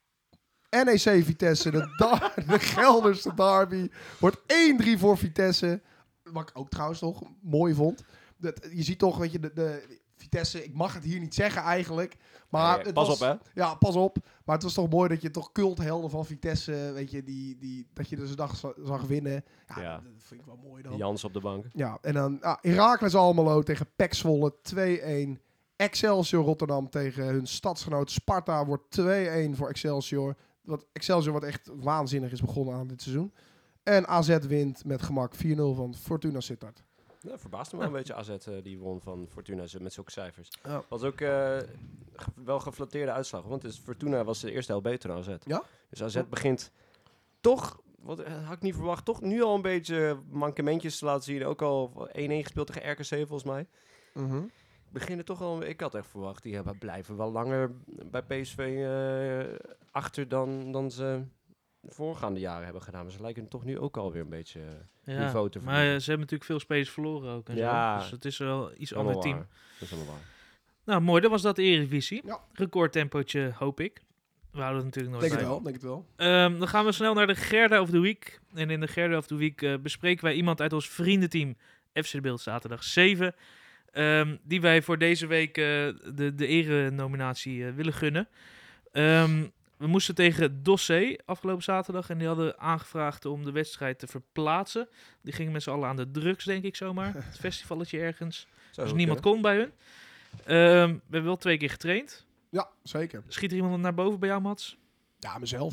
Speaker 3: N E C Vitesse, de, da- de Gelderse derby, wordt één drie voor Vitesse. Wat ik ook trouwens nog mooi vond. Dat, je ziet toch, weet je, de, de Vitesse, ik mag het hier niet zeggen eigenlijk. Maar
Speaker 2: Nee,
Speaker 3: het
Speaker 2: pas
Speaker 3: was,
Speaker 2: op, hè?
Speaker 3: Ja, pas op. Maar het was toch mooi dat je toch culthelden van Vitesse, weet je, die, die, dat je dus een dag za- zag winnen. Ja,
Speaker 2: Ja.
Speaker 3: Dat, dat vind ik wel mooi dan.
Speaker 2: Jans op de bank.
Speaker 3: Ja, en dan ah, Heracles Almelo tegen P E C Zwolle twee-een. Excelsior Rotterdam tegen hun stadsgenoot Sparta wordt twee-een voor Excelsior. Wat Excelsior wat echt waanzinnig is begonnen aan dit seizoen. En A Z wint met gemak vier nul van Fortuna Sittard.
Speaker 2: Ja, verbaasde me wel een beetje A Z uh, die won van Fortuna met zulke cijfers.
Speaker 3: Ja.
Speaker 2: Was ook uh, ge- wel geflatteerde uitslag, want dus Fortuna was de eerste helft beter dan A Z.
Speaker 3: Ja?
Speaker 2: Dus A Z begint toch, wat uh, had ik niet verwacht, toch nu al een beetje mankementjes te laten zien. Ook al één-één gespeeld tegen R K C volgens mij.
Speaker 3: Mm-hmm.
Speaker 2: Beginnen toch al, ik had echt verwacht, die hebben, blijven wel langer bij P S V uh, achter dan, dan ze de voorgaande jaren hebben gedaan. Maar ze lijken toch nu ook alweer een beetje uh,
Speaker 1: Ja,
Speaker 2: niveau te
Speaker 1: maar
Speaker 2: verliezen.
Speaker 1: uh, ze hebben natuurlijk veel spelers verloren ook. En
Speaker 2: Ja.
Speaker 1: zo. Dus het is wel iets
Speaker 2: Allemaal
Speaker 1: ander team.
Speaker 2: waar. Dat is allemaal waar.
Speaker 1: Nou, mooi. Dat was dat de Eredivisie.
Speaker 3: Ja.
Speaker 1: Recordtempootje, hoop ik. We houden het natuurlijk nooit
Speaker 3: Denk het
Speaker 1: bij.
Speaker 3: wel, denk het wel.
Speaker 1: Um, dan gaan we snel naar de Gerda of the Week. En in de Gerda of the Week uh, bespreken wij iemand uit ons vriendenteam F C De Beeld zaterdag zeven. Um, die wij voor deze week uh, de, de ere-nominatie uh, willen gunnen. Um, we moesten tegen Dossé afgelopen zaterdag. En die hadden aangevraagd om de wedstrijd te verplaatsen. Die gingen met z'n allen aan de drugs, denk ik zomaar. Het festivalletje ergens.
Speaker 2: Zou
Speaker 1: Dus
Speaker 2: ook
Speaker 1: niemand
Speaker 2: kunnen.
Speaker 1: kon bij hun. Um, we hebben wel twee keer getraind.
Speaker 3: Ja, zeker.
Speaker 1: Schiet er iemand naar boven bij jou, Mats?
Speaker 3: Ja, mezelf.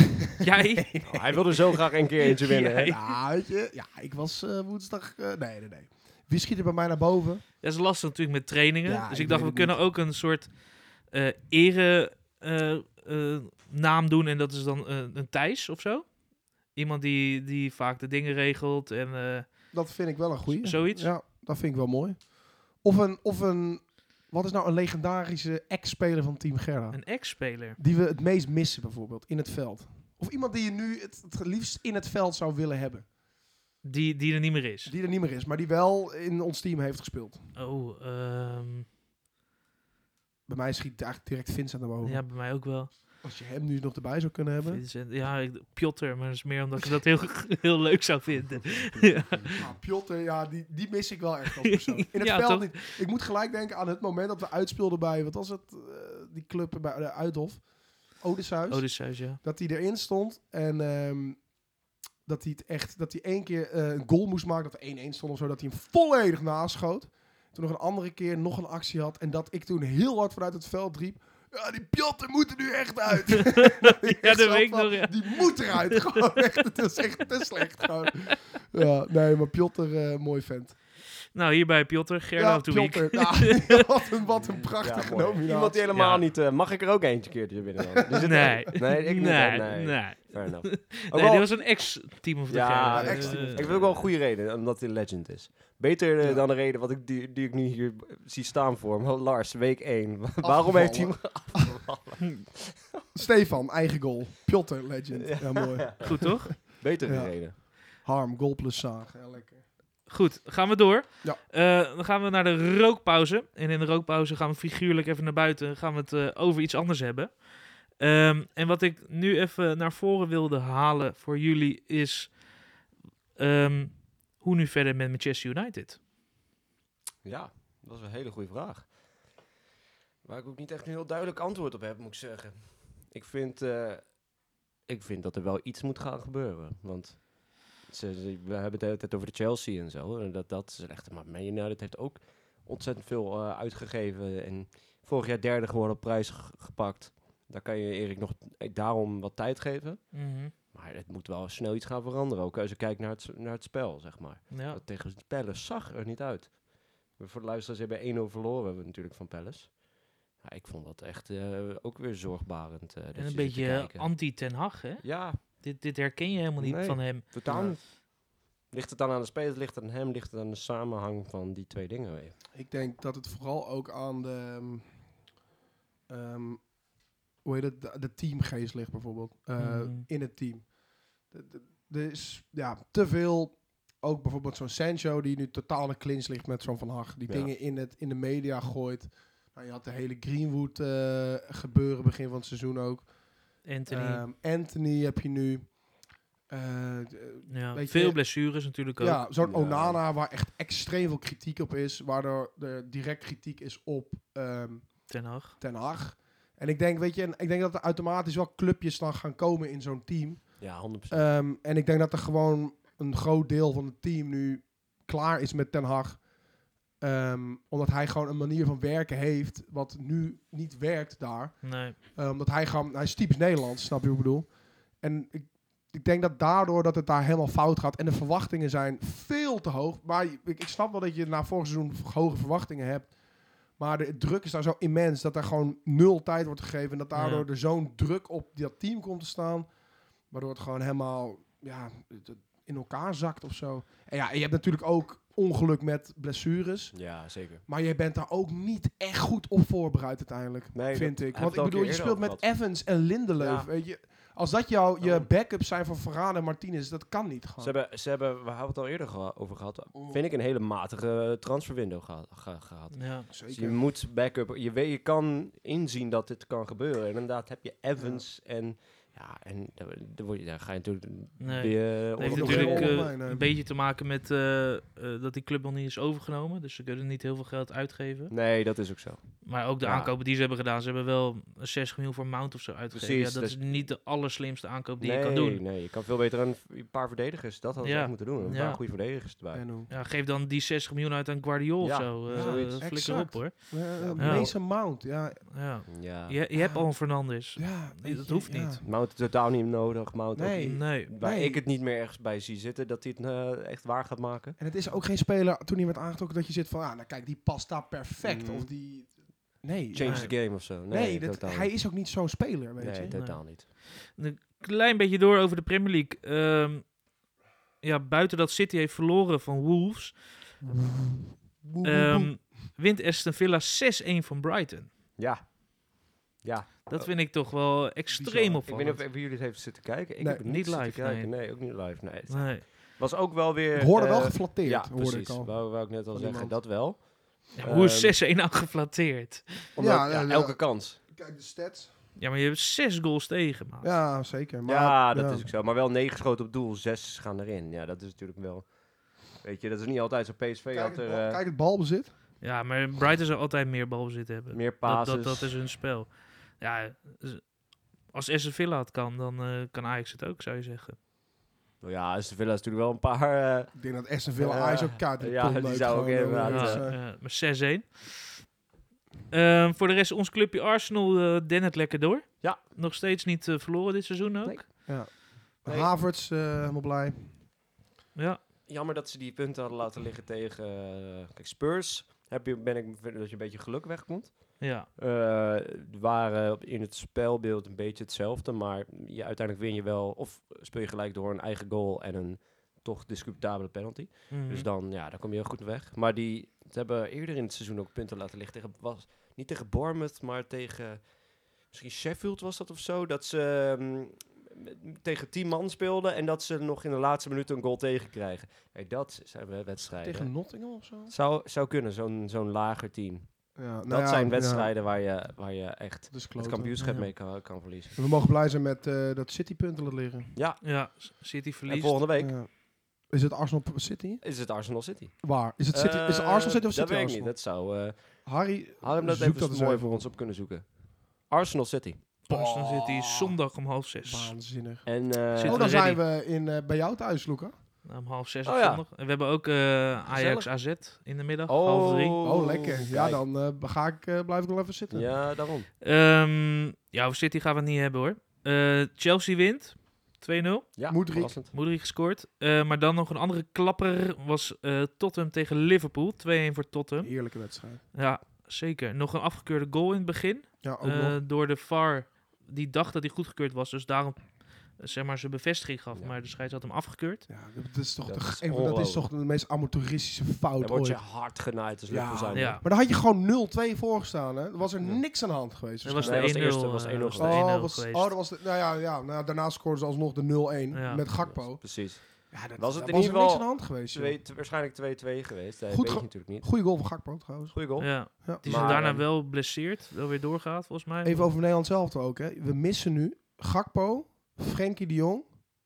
Speaker 1: Jij?
Speaker 2: Oh, hij wilde zo graag een keer eentje winnen. hè?
Speaker 3: Ja, weet je. Ja, ik was uh, woensdag... Uh, nee, nee, nee. Wie schiet er bij mij naar boven?
Speaker 1: Ja, dat is lastig natuurlijk met trainingen.
Speaker 3: Ja,
Speaker 1: dus
Speaker 3: ik
Speaker 1: ik dacht, we
Speaker 3: weet het
Speaker 1: kunnen ook een soort uh, ere uh, uh, naam doen. En dat is dan uh, een Thijs of zo. Iemand die, die vaak de dingen regelt en uh,
Speaker 3: Dat vind ik wel een goeie.
Speaker 1: z- zoiets.
Speaker 3: Ja, dat vind ik wel mooi. Of een... Of een wat is nou een legendarische ex-speler van Team Gerda?
Speaker 1: Een ex-speler.
Speaker 3: Die we het meest missen bijvoorbeeld, in het veld. Of iemand die je nu het, het liefst in het veld zou willen hebben.
Speaker 1: Die, die er niet meer is.
Speaker 3: Die er niet meer is, maar die wel in ons team heeft gespeeld.
Speaker 1: Oh, um,
Speaker 3: Bij mij schiet eigenlijk direct Vincent naar boven.
Speaker 1: ja, bij mij ook wel.
Speaker 3: Als je hem nu nog erbij zou kunnen hebben.
Speaker 1: Vincent, ja, ik- Piotr, maar dat is meer omdat ik dat heel, heel leuk zou vinden. ja.
Speaker 3: Nou, Piotr, ja, die, die mis ik wel echt als persoon. In het
Speaker 1: Ja,
Speaker 3: veld
Speaker 1: toch?
Speaker 3: niet. Ik moet gelijk denken aan het moment dat we uitspeelden bij, wat was het, uh, die club bij de Uithof. Odysseus.
Speaker 1: Odysseus, ja.
Speaker 3: Dat hij erin stond en um, dat hij het echt, dat hij één keer uh, een goal moest maken, dat er één-één stond of zo, dat hij hem volledig naschoot. Toen nog een andere keer nog een actie had en dat ik toen heel hard vanuit het veld riep, ja, die Piotr moet er nu echt uit.
Speaker 1: Ja, dat weet ik nog, ja.
Speaker 3: Die moet eruit, gewoon echt, het is echt te slecht gewoon. Ja, nee, maar Piotr, uh, mooi vent.
Speaker 1: Nou, hierbij Piotr, Gerda of the Week.
Speaker 3: Piotr, ja, wat een, wat een prachtige
Speaker 2: mooi.
Speaker 3: nominatie.
Speaker 2: Iemand die helemaal
Speaker 1: Ja.
Speaker 2: niet... Uh, mag ik er ook eentje keertje winnen dan? Die zit
Speaker 1: Nee.
Speaker 2: er- nee, ik niet.
Speaker 1: nee,
Speaker 2: hè?
Speaker 1: nee.
Speaker 2: Nee, fair enough. Ook
Speaker 1: Nee,
Speaker 2: wel-
Speaker 1: dit was een ex-team of the
Speaker 2: Ja,
Speaker 1: Gerda.
Speaker 3: een ex-team
Speaker 1: Eh,
Speaker 3: of
Speaker 2: ik vind ook wel een goede reden, omdat hij legend is. Beter uh,
Speaker 3: Ja.
Speaker 2: dan de reden wat ik, die, die ik nu hier zie staan voor hem. Lars, week één. Waarom heeft hij hem afgevallen?
Speaker 3: Stefan, eigen goal. Piotr, legend.
Speaker 2: Ja.
Speaker 3: Ja, mooi.
Speaker 1: Goed, toch?
Speaker 2: Betere
Speaker 3: Ja.
Speaker 2: reden.
Speaker 3: Harm, goal plus zaag. Ja, lekker.
Speaker 1: Goed, gaan we door.
Speaker 3: Ja.
Speaker 1: Eh, dan gaan we naar de rookpauze. En in de rookpauze gaan we figuurlijk even naar buiten. Gaan we het uh, over iets anders hebben. Um, en wat ik nu even naar voren wilde halen voor jullie is... Um, hoe nu verder met Manchester United?
Speaker 2: Ja, dat is een hele goede vraag. Waar ik ook niet echt een heel duidelijk antwoord op heb, moet ik zeggen. Ik vind, uh, ik vind dat er wel iets moet gaan gebeuren. Want ze, ze, we hebben het de hele tijd over de Chelsea en zo. En dat, dat is echt, maar Man United heeft ook ontzettend veel uh, uitgegeven. En vorig jaar derde geworden, op prijs g- gepakt. Daar kan je Erik nog eh, daarom wat tijd geven.
Speaker 1: Mm-hmm.
Speaker 2: Maar het moet wel snel iets gaan veranderen. Ook als je kijkt naar het, naar het spel, zeg maar.
Speaker 1: Ja.
Speaker 2: Dat tegen Palace zag er niet uit. We voor de luisteraars hebben één nul verloren hebben we natuurlijk van Palace. Ja, ik vond dat echt uh, ook weer zorgbarend. Uh, dat
Speaker 1: En
Speaker 2: je
Speaker 1: een
Speaker 2: zit
Speaker 1: beetje
Speaker 2: te
Speaker 1: uh,
Speaker 2: kijken.
Speaker 1: anti-Ten Hag, hè?
Speaker 2: Ja,
Speaker 1: Dit, dit herken je helemaal niet
Speaker 2: Nee.
Speaker 1: van hem.
Speaker 2: totaal
Speaker 3: Ja.
Speaker 2: niet. Ligt het dan aan de spelers, ligt het aan hem, ligt het aan de samenhang van die twee dingen weer?
Speaker 3: Ik denk dat het vooral ook aan de... Um, um, hoe heet het? De, de teamgeest ligt bijvoorbeeld. Uh,
Speaker 1: Mhm.
Speaker 3: In het team. De- de- Er is ja, te veel ook bijvoorbeeld zo'n Sancho die nu totaal in de clinch ligt met zo'n Van Hag. Die
Speaker 2: Ja.
Speaker 3: dingen in, het, in de media gooit. Nou, je had de hele Greenwood eh, gebeuren begin van het seizoen ook.
Speaker 1: Anthony.
Speaker 3: Ehm, Anthony heb je nu. Eh, d-
Speaker 1: ja.
Speaker 3: weet
Speaker 1: Veel
Speaker 3: je-
Speaker 1: blessures natuurlijk ook.
Speaker 3: ja, zo'n
Speaker 2: Ja.
Speaker 3: Onana waar echt extreem veel kritiek op is. Waardoor er direct kritiek is op ehm,
Speaker 1: Ten Hag.
Speaker 3: Ten Hag. En ik denk, weet je, en ik denk dat er automatisch wel clubjes dan gaan komen in zo'n team.
Speaker 2: Ja, honderd procent.
Speaker 3: Ehm, en ik denk dat er gewoon een groot deel van het team nu klaar is met Ten Hag. Ehm, omdat hij gewoon een manier van werken heeft wat nu niet werkt daar.
Speaker 1: Nee.
Speaker 3: Uh, omdat hij gewoon, hij is typisch Nederlands, snap je wat ik bedoel? En ik, ik denk dat daardoor dat het daar helemaal fout gaat. En de verwachtingen zijn veel te hoog. Maar ik, ik snap wel dat je na vorig seizoen hoge verwachtingen hebt. Maar de druk is daar zo immens dat er gewoon nul tijd wordt gegeven. En dat daardoor
Speaker 1: Ja.
Speaker 3: er zo'n druk op dat team komt te staan. Waardoor het gewoon helemaal ja, het- het in elkaar zakt of zo. En ja, en je hebt natuurlijk ook ongeluk met blessures.
Speaker 2: Ja, zeker.
Speaker 3: Maar je bent daar ook niet echt goed op voorbereid uiteindelijk,
Speaker 2: Nee,
Speaker 3: vind
Speaker 2: dat
Speaker 3: ik.
Speaker 2: heb
Speaker 3: Want
Speaker 2: ik
Speaker 3: ik
Speaker 2: al
Speaker 3: bedoel,
Speaker 2: een
Speaker 3: je
Speaker 2: keer
Speaker 3: speelt
Speaker 2: eerder
Speaker 3: met
Speaker 2: over
Speaker 3: Evans en Lindelöf.
Speaker 2: Ja.
Speaker 3: Weet je. Als dat jou, je
Speaker 2: Daarom.
Speaker 3: backups zijn voor Varane en Martinez, dat kan niet
Speaker 2: Ze
Speaker 3: gewoon.
Speaker 2: hebben, ze hebben, we hebben het al eerder geha- over gehad,
Speaker 3: Mm.
Speaker 2: vind ik een hele matige transferwindow geha- ge- gehad.
Speaker 1: Ja.
Speaker 2: Dus je
Speaker 3: Zeker.
Speaker 2: moet backup, je, weet, je kan inzien dat dit kan gebeuren. En inderdaad heb je Evans en ja, en daar, daar word je, daar ga je natuurlijk
Speaker 1: Nee.
Speaker 2: weer
Speaker 1: Het heeft
Speaker 3: nog
Speaker 1: natuurlijk
Speaker 3: geen
Speaker 1: eh,
Speaker 3: online, nee.
Speaker 1: een beetje te maken met eh, eh, dat die club nog niet is overgenomen. Dus ze kunnen niet heel veel geld uitgeven.
Speaker 2: Nee, dat is ook zo.
Speaker 1: Maar ook de
Speaker 2: Ja.
Speaker 1: aankopen die ze hebben gedaan. Ze hebben wel zestig miljoen voor Mount of zo uitgegeven.
Speaker 2: Precies,
Speaker 1: ja, dat
Speaker 2: dat-
Speaker 1: is niet de allerslimste aankoop die
Speaker 2: nee,
Speaker 1: je kan doen.
Speaker 2: Nee, je kan veel beter een, een paar verdedigers. Dat hadden ze
Speaker 1: Ja.
Speaker 2: echt moeten doen. Een
Speaker 1: Ja.
Speaker 2: paar goede verdedigers erbij.
Speaker 3: En hoe?
Speaker 1: Ja, geef dan die zestig miljoen uit aan Guardiol of
Speaker 2: Ja,
Speaker 1: zo. Eh,
Speaker 2: zoiets.
Speaker 1: flikker
Speaker 3: Exact.
Speaker 1: op hoor.
Speaker 3: Ja,
Speaker 2: Ja.
Speaker 3: Mason Mount, ja.
Speaker 1: Ja.
Speaker 2: Ja.
Speaker 1: Je, je hebt al een Fernandes.
Speaker 3: ja
Speaker 1: Nee, dat
Speaker 3: weet je,
Speaker 1: hoeft
Speaker 3: ja.
Speaker 1: niet.
Speaker 2: Mount totaal niet nodig. Mount ook
Speaker 3: Nee.
Speaker 2: niet.
Speaker 1: Nee.
Speaker 2: Waar
Speaker 3: Nee.
Speaker 2: ik het niet meer ergens bij zie zitten, dat hij het eh, echt waar gaat maken.
Speaker 3: En het is ook geen speler, toen hij werd aangetrokken, dat je zit van, ah, nou kijk, die past daar perfect.
Speaker 2: Mhm.
Speaker 3: Of die... Nee.
Speaker 2: Change
Speaker 3: ja.
Speaker 2: the game of zo. Nee,
Speaker 3: Nee, dat,
Speaker 2: totaal
Speaker 3: hij
Speaker 2: niet.
Speaker 3: is ook niet zo'n speler, weet
Speaker 2: Nee,
Speaker 3: je.
Speaker 2: totaal niet.
Speaker 1: Een klein beetje door over de Premier League. Ehm, ja, buiten dat City heeft verloren van Wolves,
Speaker 3: Boe, boe, boe.
Speaker 1: ehm, wint Aston Villa zes-een van Brighton.
Speaker 2: Ja. Ja.
Speaker 1: Dat vind ik toch wel extreem
Speaker 3: Bizar.
Speaker 2: Ik weet
Speaker 1: opvallend.
Speaker 2: niet of een van jullie het heeft zitten kijken. Ik
Speaker 3: Nee.
Speaker 2: heb het
Speaker 1: Niet
Speaker 2: niet, zitten
Speaker 1: live,
Speaker 2: kijken. Nee. ook niet live. Nee. Het
Speaker 1: Nee.
Speaker 2: was ook wel weer...
Speaker 3: Het hoorde wel
Speaker 2: eh,
Speaker 3: geflatteerd,
Speaker 2: Ja,
Speaker 3: hoorde
Speaker 2: precies.
Speaker 3: ik al.
Speaker 2: Wou, wou ik net al
Speaker 3: Van
Speaker 2: zeggen.
Speaker 3: iemand.
Speaker 2: Dat wel.
Speaker 1: Ja, hoe is
Speaker 2: Ehm,
Speaker 1: zes-een nou geflatteerd?
Speaker 2: Omdat,
Speaker 3: Ja,
Speaker 2: ja,
Speaker 3: ja, ja.
Speaker 2: elke kans.
Speaker 3: Kijk, de stats.
Speaker 1: Ja, maar je hebt zes goals tegen, maat.
Speaker 3: Ja, zeker. Maar,
Speaker 2: ja, dat is ook zo. Maar wel negen schoten op doel, zes gaan erin. Ja, dat is natuurlijk wel... Weet je, dat is niet altijd zo. P S V
Speaker 3: Kijk,
Speaker 2: had
Speaker 3: het
Speaker 2: er
Speaker 3: bal-
Speaker 2: eh,
Speaker 3: kijk het balbezit.
Speaker 1: Ja, maar Brighton zal altijd meer balbezit hebben.
Speaker 2: meer
Speaker 1: Dat,
Speaker 2: passes.
Speaker 1: dat, dat is hun spel. Ja, z- als Aston Villa het kan, dan eh, kan Ajax het ook, zou je zeggen.
Speaker 2: Nou ja, Aston Villa is natuurlijk wel een paar... eh,
Speaker 3: Ik denk dat Aston Villa
Speaker 2: Ja,
Speaker 3: Ajax ook kaart in de
Speaker 2: ja,
Speaker 3: ton
Speaker 2: die
Speaker 3: neukt
Speaker 2: zou ook
Speaker 3: gewoon,
Speaker 2: inderdaad,
Speaker 3: hoor.
Speaker 1: Ja,
Speaker 3: Dus, eh,
Speaker 1: ja, maar zes-een. Ehm, voor de rest, ons clubje Arsenal uh, den het lekker door.
Speaker 2: Ja.
Speaker 1: Nog steeds niet eh, verloren dit seizoen ook.
Speaker 2: Nee.
Speaker 3: ja.
Speaker 2: Nee.
Speaker 3: Havertz, eh, helemaal blij.
Speaker 1: Ja,
Speaker 2: Jammer dat ze die punten hadden laten liggen tegen eh, kijk, Spurs. Heb je, ben ik vind dat je een beetje geluk wegkomt.
Speaker 1: ja.
Speaker 2: Eh, waren op- in het spelbeeld een beetje hetzelfde, maar je, uiteindelijk win je wel of speel je gelijk door een eigen goal en een toch discutabele penalty.
Speaker 1: Mhm.
Speaker 2: Dus dan, ja, dan kom je heel goed weg. Maar die ze hebben eerder in het seizoen ook punten laten liggen tegen was niet tegen Bournemouth, maar tegen misschien Sheffield was dat of zo, dat ze mm, met- tegen tien man speelden en dat ze nog in de laatste minuut een goal tegenkrijgen. Kijk, dat zijn we wedstrijden.
Speaker 3: Tegen Nottingham of zo?
Speaker 2: Zou, zou kunnen, zo'n zo'n lager team.
Speaker 3: Ja, nou
Speaker 2: dat
Speaker 3: ja,
Speaker 2: zijn
Speaker 3: ja,
Speaker 2: wedstrijden waar, je, waar je echt
Speaker 3: dat is
Speaker 2: het
Speaker 3: kloten.
Speaker 2: kampioenschap
Speaker 1: Ja.
Speaker 2: mee kan, kan verliezen.
Speaker 3: We mogen blij zijn met eh, dat City punten laat liggen.
Speaker 2: Ja,
Speaker 1: Ja, City
Speaker 2: en
Speaker 1: verliest.
Speaker 2: volgende week
Speaker 3: Ja. Is het Arsenal City?
Speaker 2: is het Arsenal City.
Speaker 3: Waar? Is het, City, is het
Speaker 2: Eh,
Speaker 3: Arsenal City of
Speaker 2: dat
Speaker 3: City
Speaker 2: weet ik niet.
Speaker 3: Arsenal?
Speaker 2: Dat zou... eh
Speaker 3: Harry,
Speaker 2: Hadden we dat
Speaker 3: zoek
Speaker 2: even
Speaker 3: dat eens
Speaker 2: mooi
Speaker 3: even
Speaker 2: voor
Speaker 3: op.
Speaker 2: ons op kunnen zoeken. Arsenal City.
Speaker 1: Arsenal City zondag om half zes.
Speaker 3: Waanzinnig.
Speaker 2: En, eh,
Speaker 1: Zitten
Speaker 3: Oh,
Speaker 1: we
Speaker 3: dan
Speaker 1: ready?
Speaker 3: zijn we in, eh, bij jou thuis, Luca.
Speaker 1: Nou, om half zes
Speaker 2: Oh
Speaker 1: op
Speaker 2: ja.
Speaker 1: zondag. En we hebben ook eh, Ajax A Z in de middag,
Speaker 2: oh,
Speaker 1: half drie.
Speaker 3: Oh, lekker. Ja,
Speaker 2: kijk.
Speaker 3: dan eh, ga ik, eh, blijf ik wel even zitten.
Speaker 2: Ja, daarom.
Speaker 1: Ehm, ja, over City gaan we het niet hebben hoor. Eh, Chelsea wint. twee nul.
Speaker 2: Ja,
Speaker 3: Moedrik.
Speaker 2: verrassend.
Speaker 1: Modric gescoord. Eh, maar dan nog een andere klapper was eh, Tottenham tegen Liverpool. twee-een voor Tottenham.
Speaker 3: Heerlijke wedstrijd.
Speaker 1: Ja, zeker. Nog een afgekeurde goal in het begin.
Speaker 3: Ja, ook
Speaker 1: Eh,
Speaker 3: nog.
Speaker 1: door de V A R. Die dacht dat hij goedgekeurd was. Dus daarom eh, zeg maar zijn bevestiging gaf.
Speaker 2: Ja.
Speaker 1: Maar de scheids had hem afgekeurd.
Speaker 3: Ja, dat is toch,
Speaker 2: Dat
Speaker 3: de,
Speaker 2: is
Speaker 3: een van- dat is
Speaker 2: ongelooflijk.
Speaker 3: toch de meest amateuristische fout
Speaker 2: Dan word je
Speaker 3: ooit.
Speaker 2: hard genaaid als
Speaker 3: Ja,
Speaker 2: Liverpool zijn.
Speaker 1: ja.
Speaker 3: Maar dan had je gewoon nul twee voorgestaan, hè? Er was er
Speaker 2: Ja.
Speaker 3: niks aan de hand geweest.
Speaker 1: Dat was
Speaker 2: Nee,
Speaker 1: de
Speaker 2: was de
Speaker 1: één nul.
Speaker 2: eerste, was
Speaker 1: eh,
Speaker 2: één nul
Speaker 1: was de
Speaker 2: geweest.
Speaker 1: één
Speaker 3: oh,
Speaker 1: nul
Speaker 3: was,
Speaker 1: geweest.
Speaker 3: oh, dat was de, nou ja, ja nou, daarna scoorden ze alsnog de nul-een
Speaker 1: Ja.
Speaker 3: met Gakpo.
Speaker 2: Precies.
Speaker 3: Ja, dat,
Speaker 2: Was het
Speaker 3: daar
Speaker 2: in
Speaker 3: was
Speaker 2: ieder
Speaker 3: er niks
Speaker 2: geval
Speaker 3: aan de hand geweest. joh.
Speaker 2: Twee, t- waarschijnlijk twee-twee geweest. Dat
Speaker 3: Goed
Speaker 2: weet je
Speaker 3: ge-
Speaker 2: natuurlijk niet.
Speaker 3: Goeie goal van Gakpo trouwens.
Speaker 2: Goeie goal.
Speaker 1: Ja.
Speaker 3: Ja.
Speaker 1: Die zich
Speaker 2: Maar,
Speaker 1: daarna
Speaker 2: ehm,
Speaker 1: wel blesseert, wel weer doorgaat volgens mij.
Speaker 3: Even over Nederland zelf ook. Hè. We missen nu Gakpo, Frenkie de Jong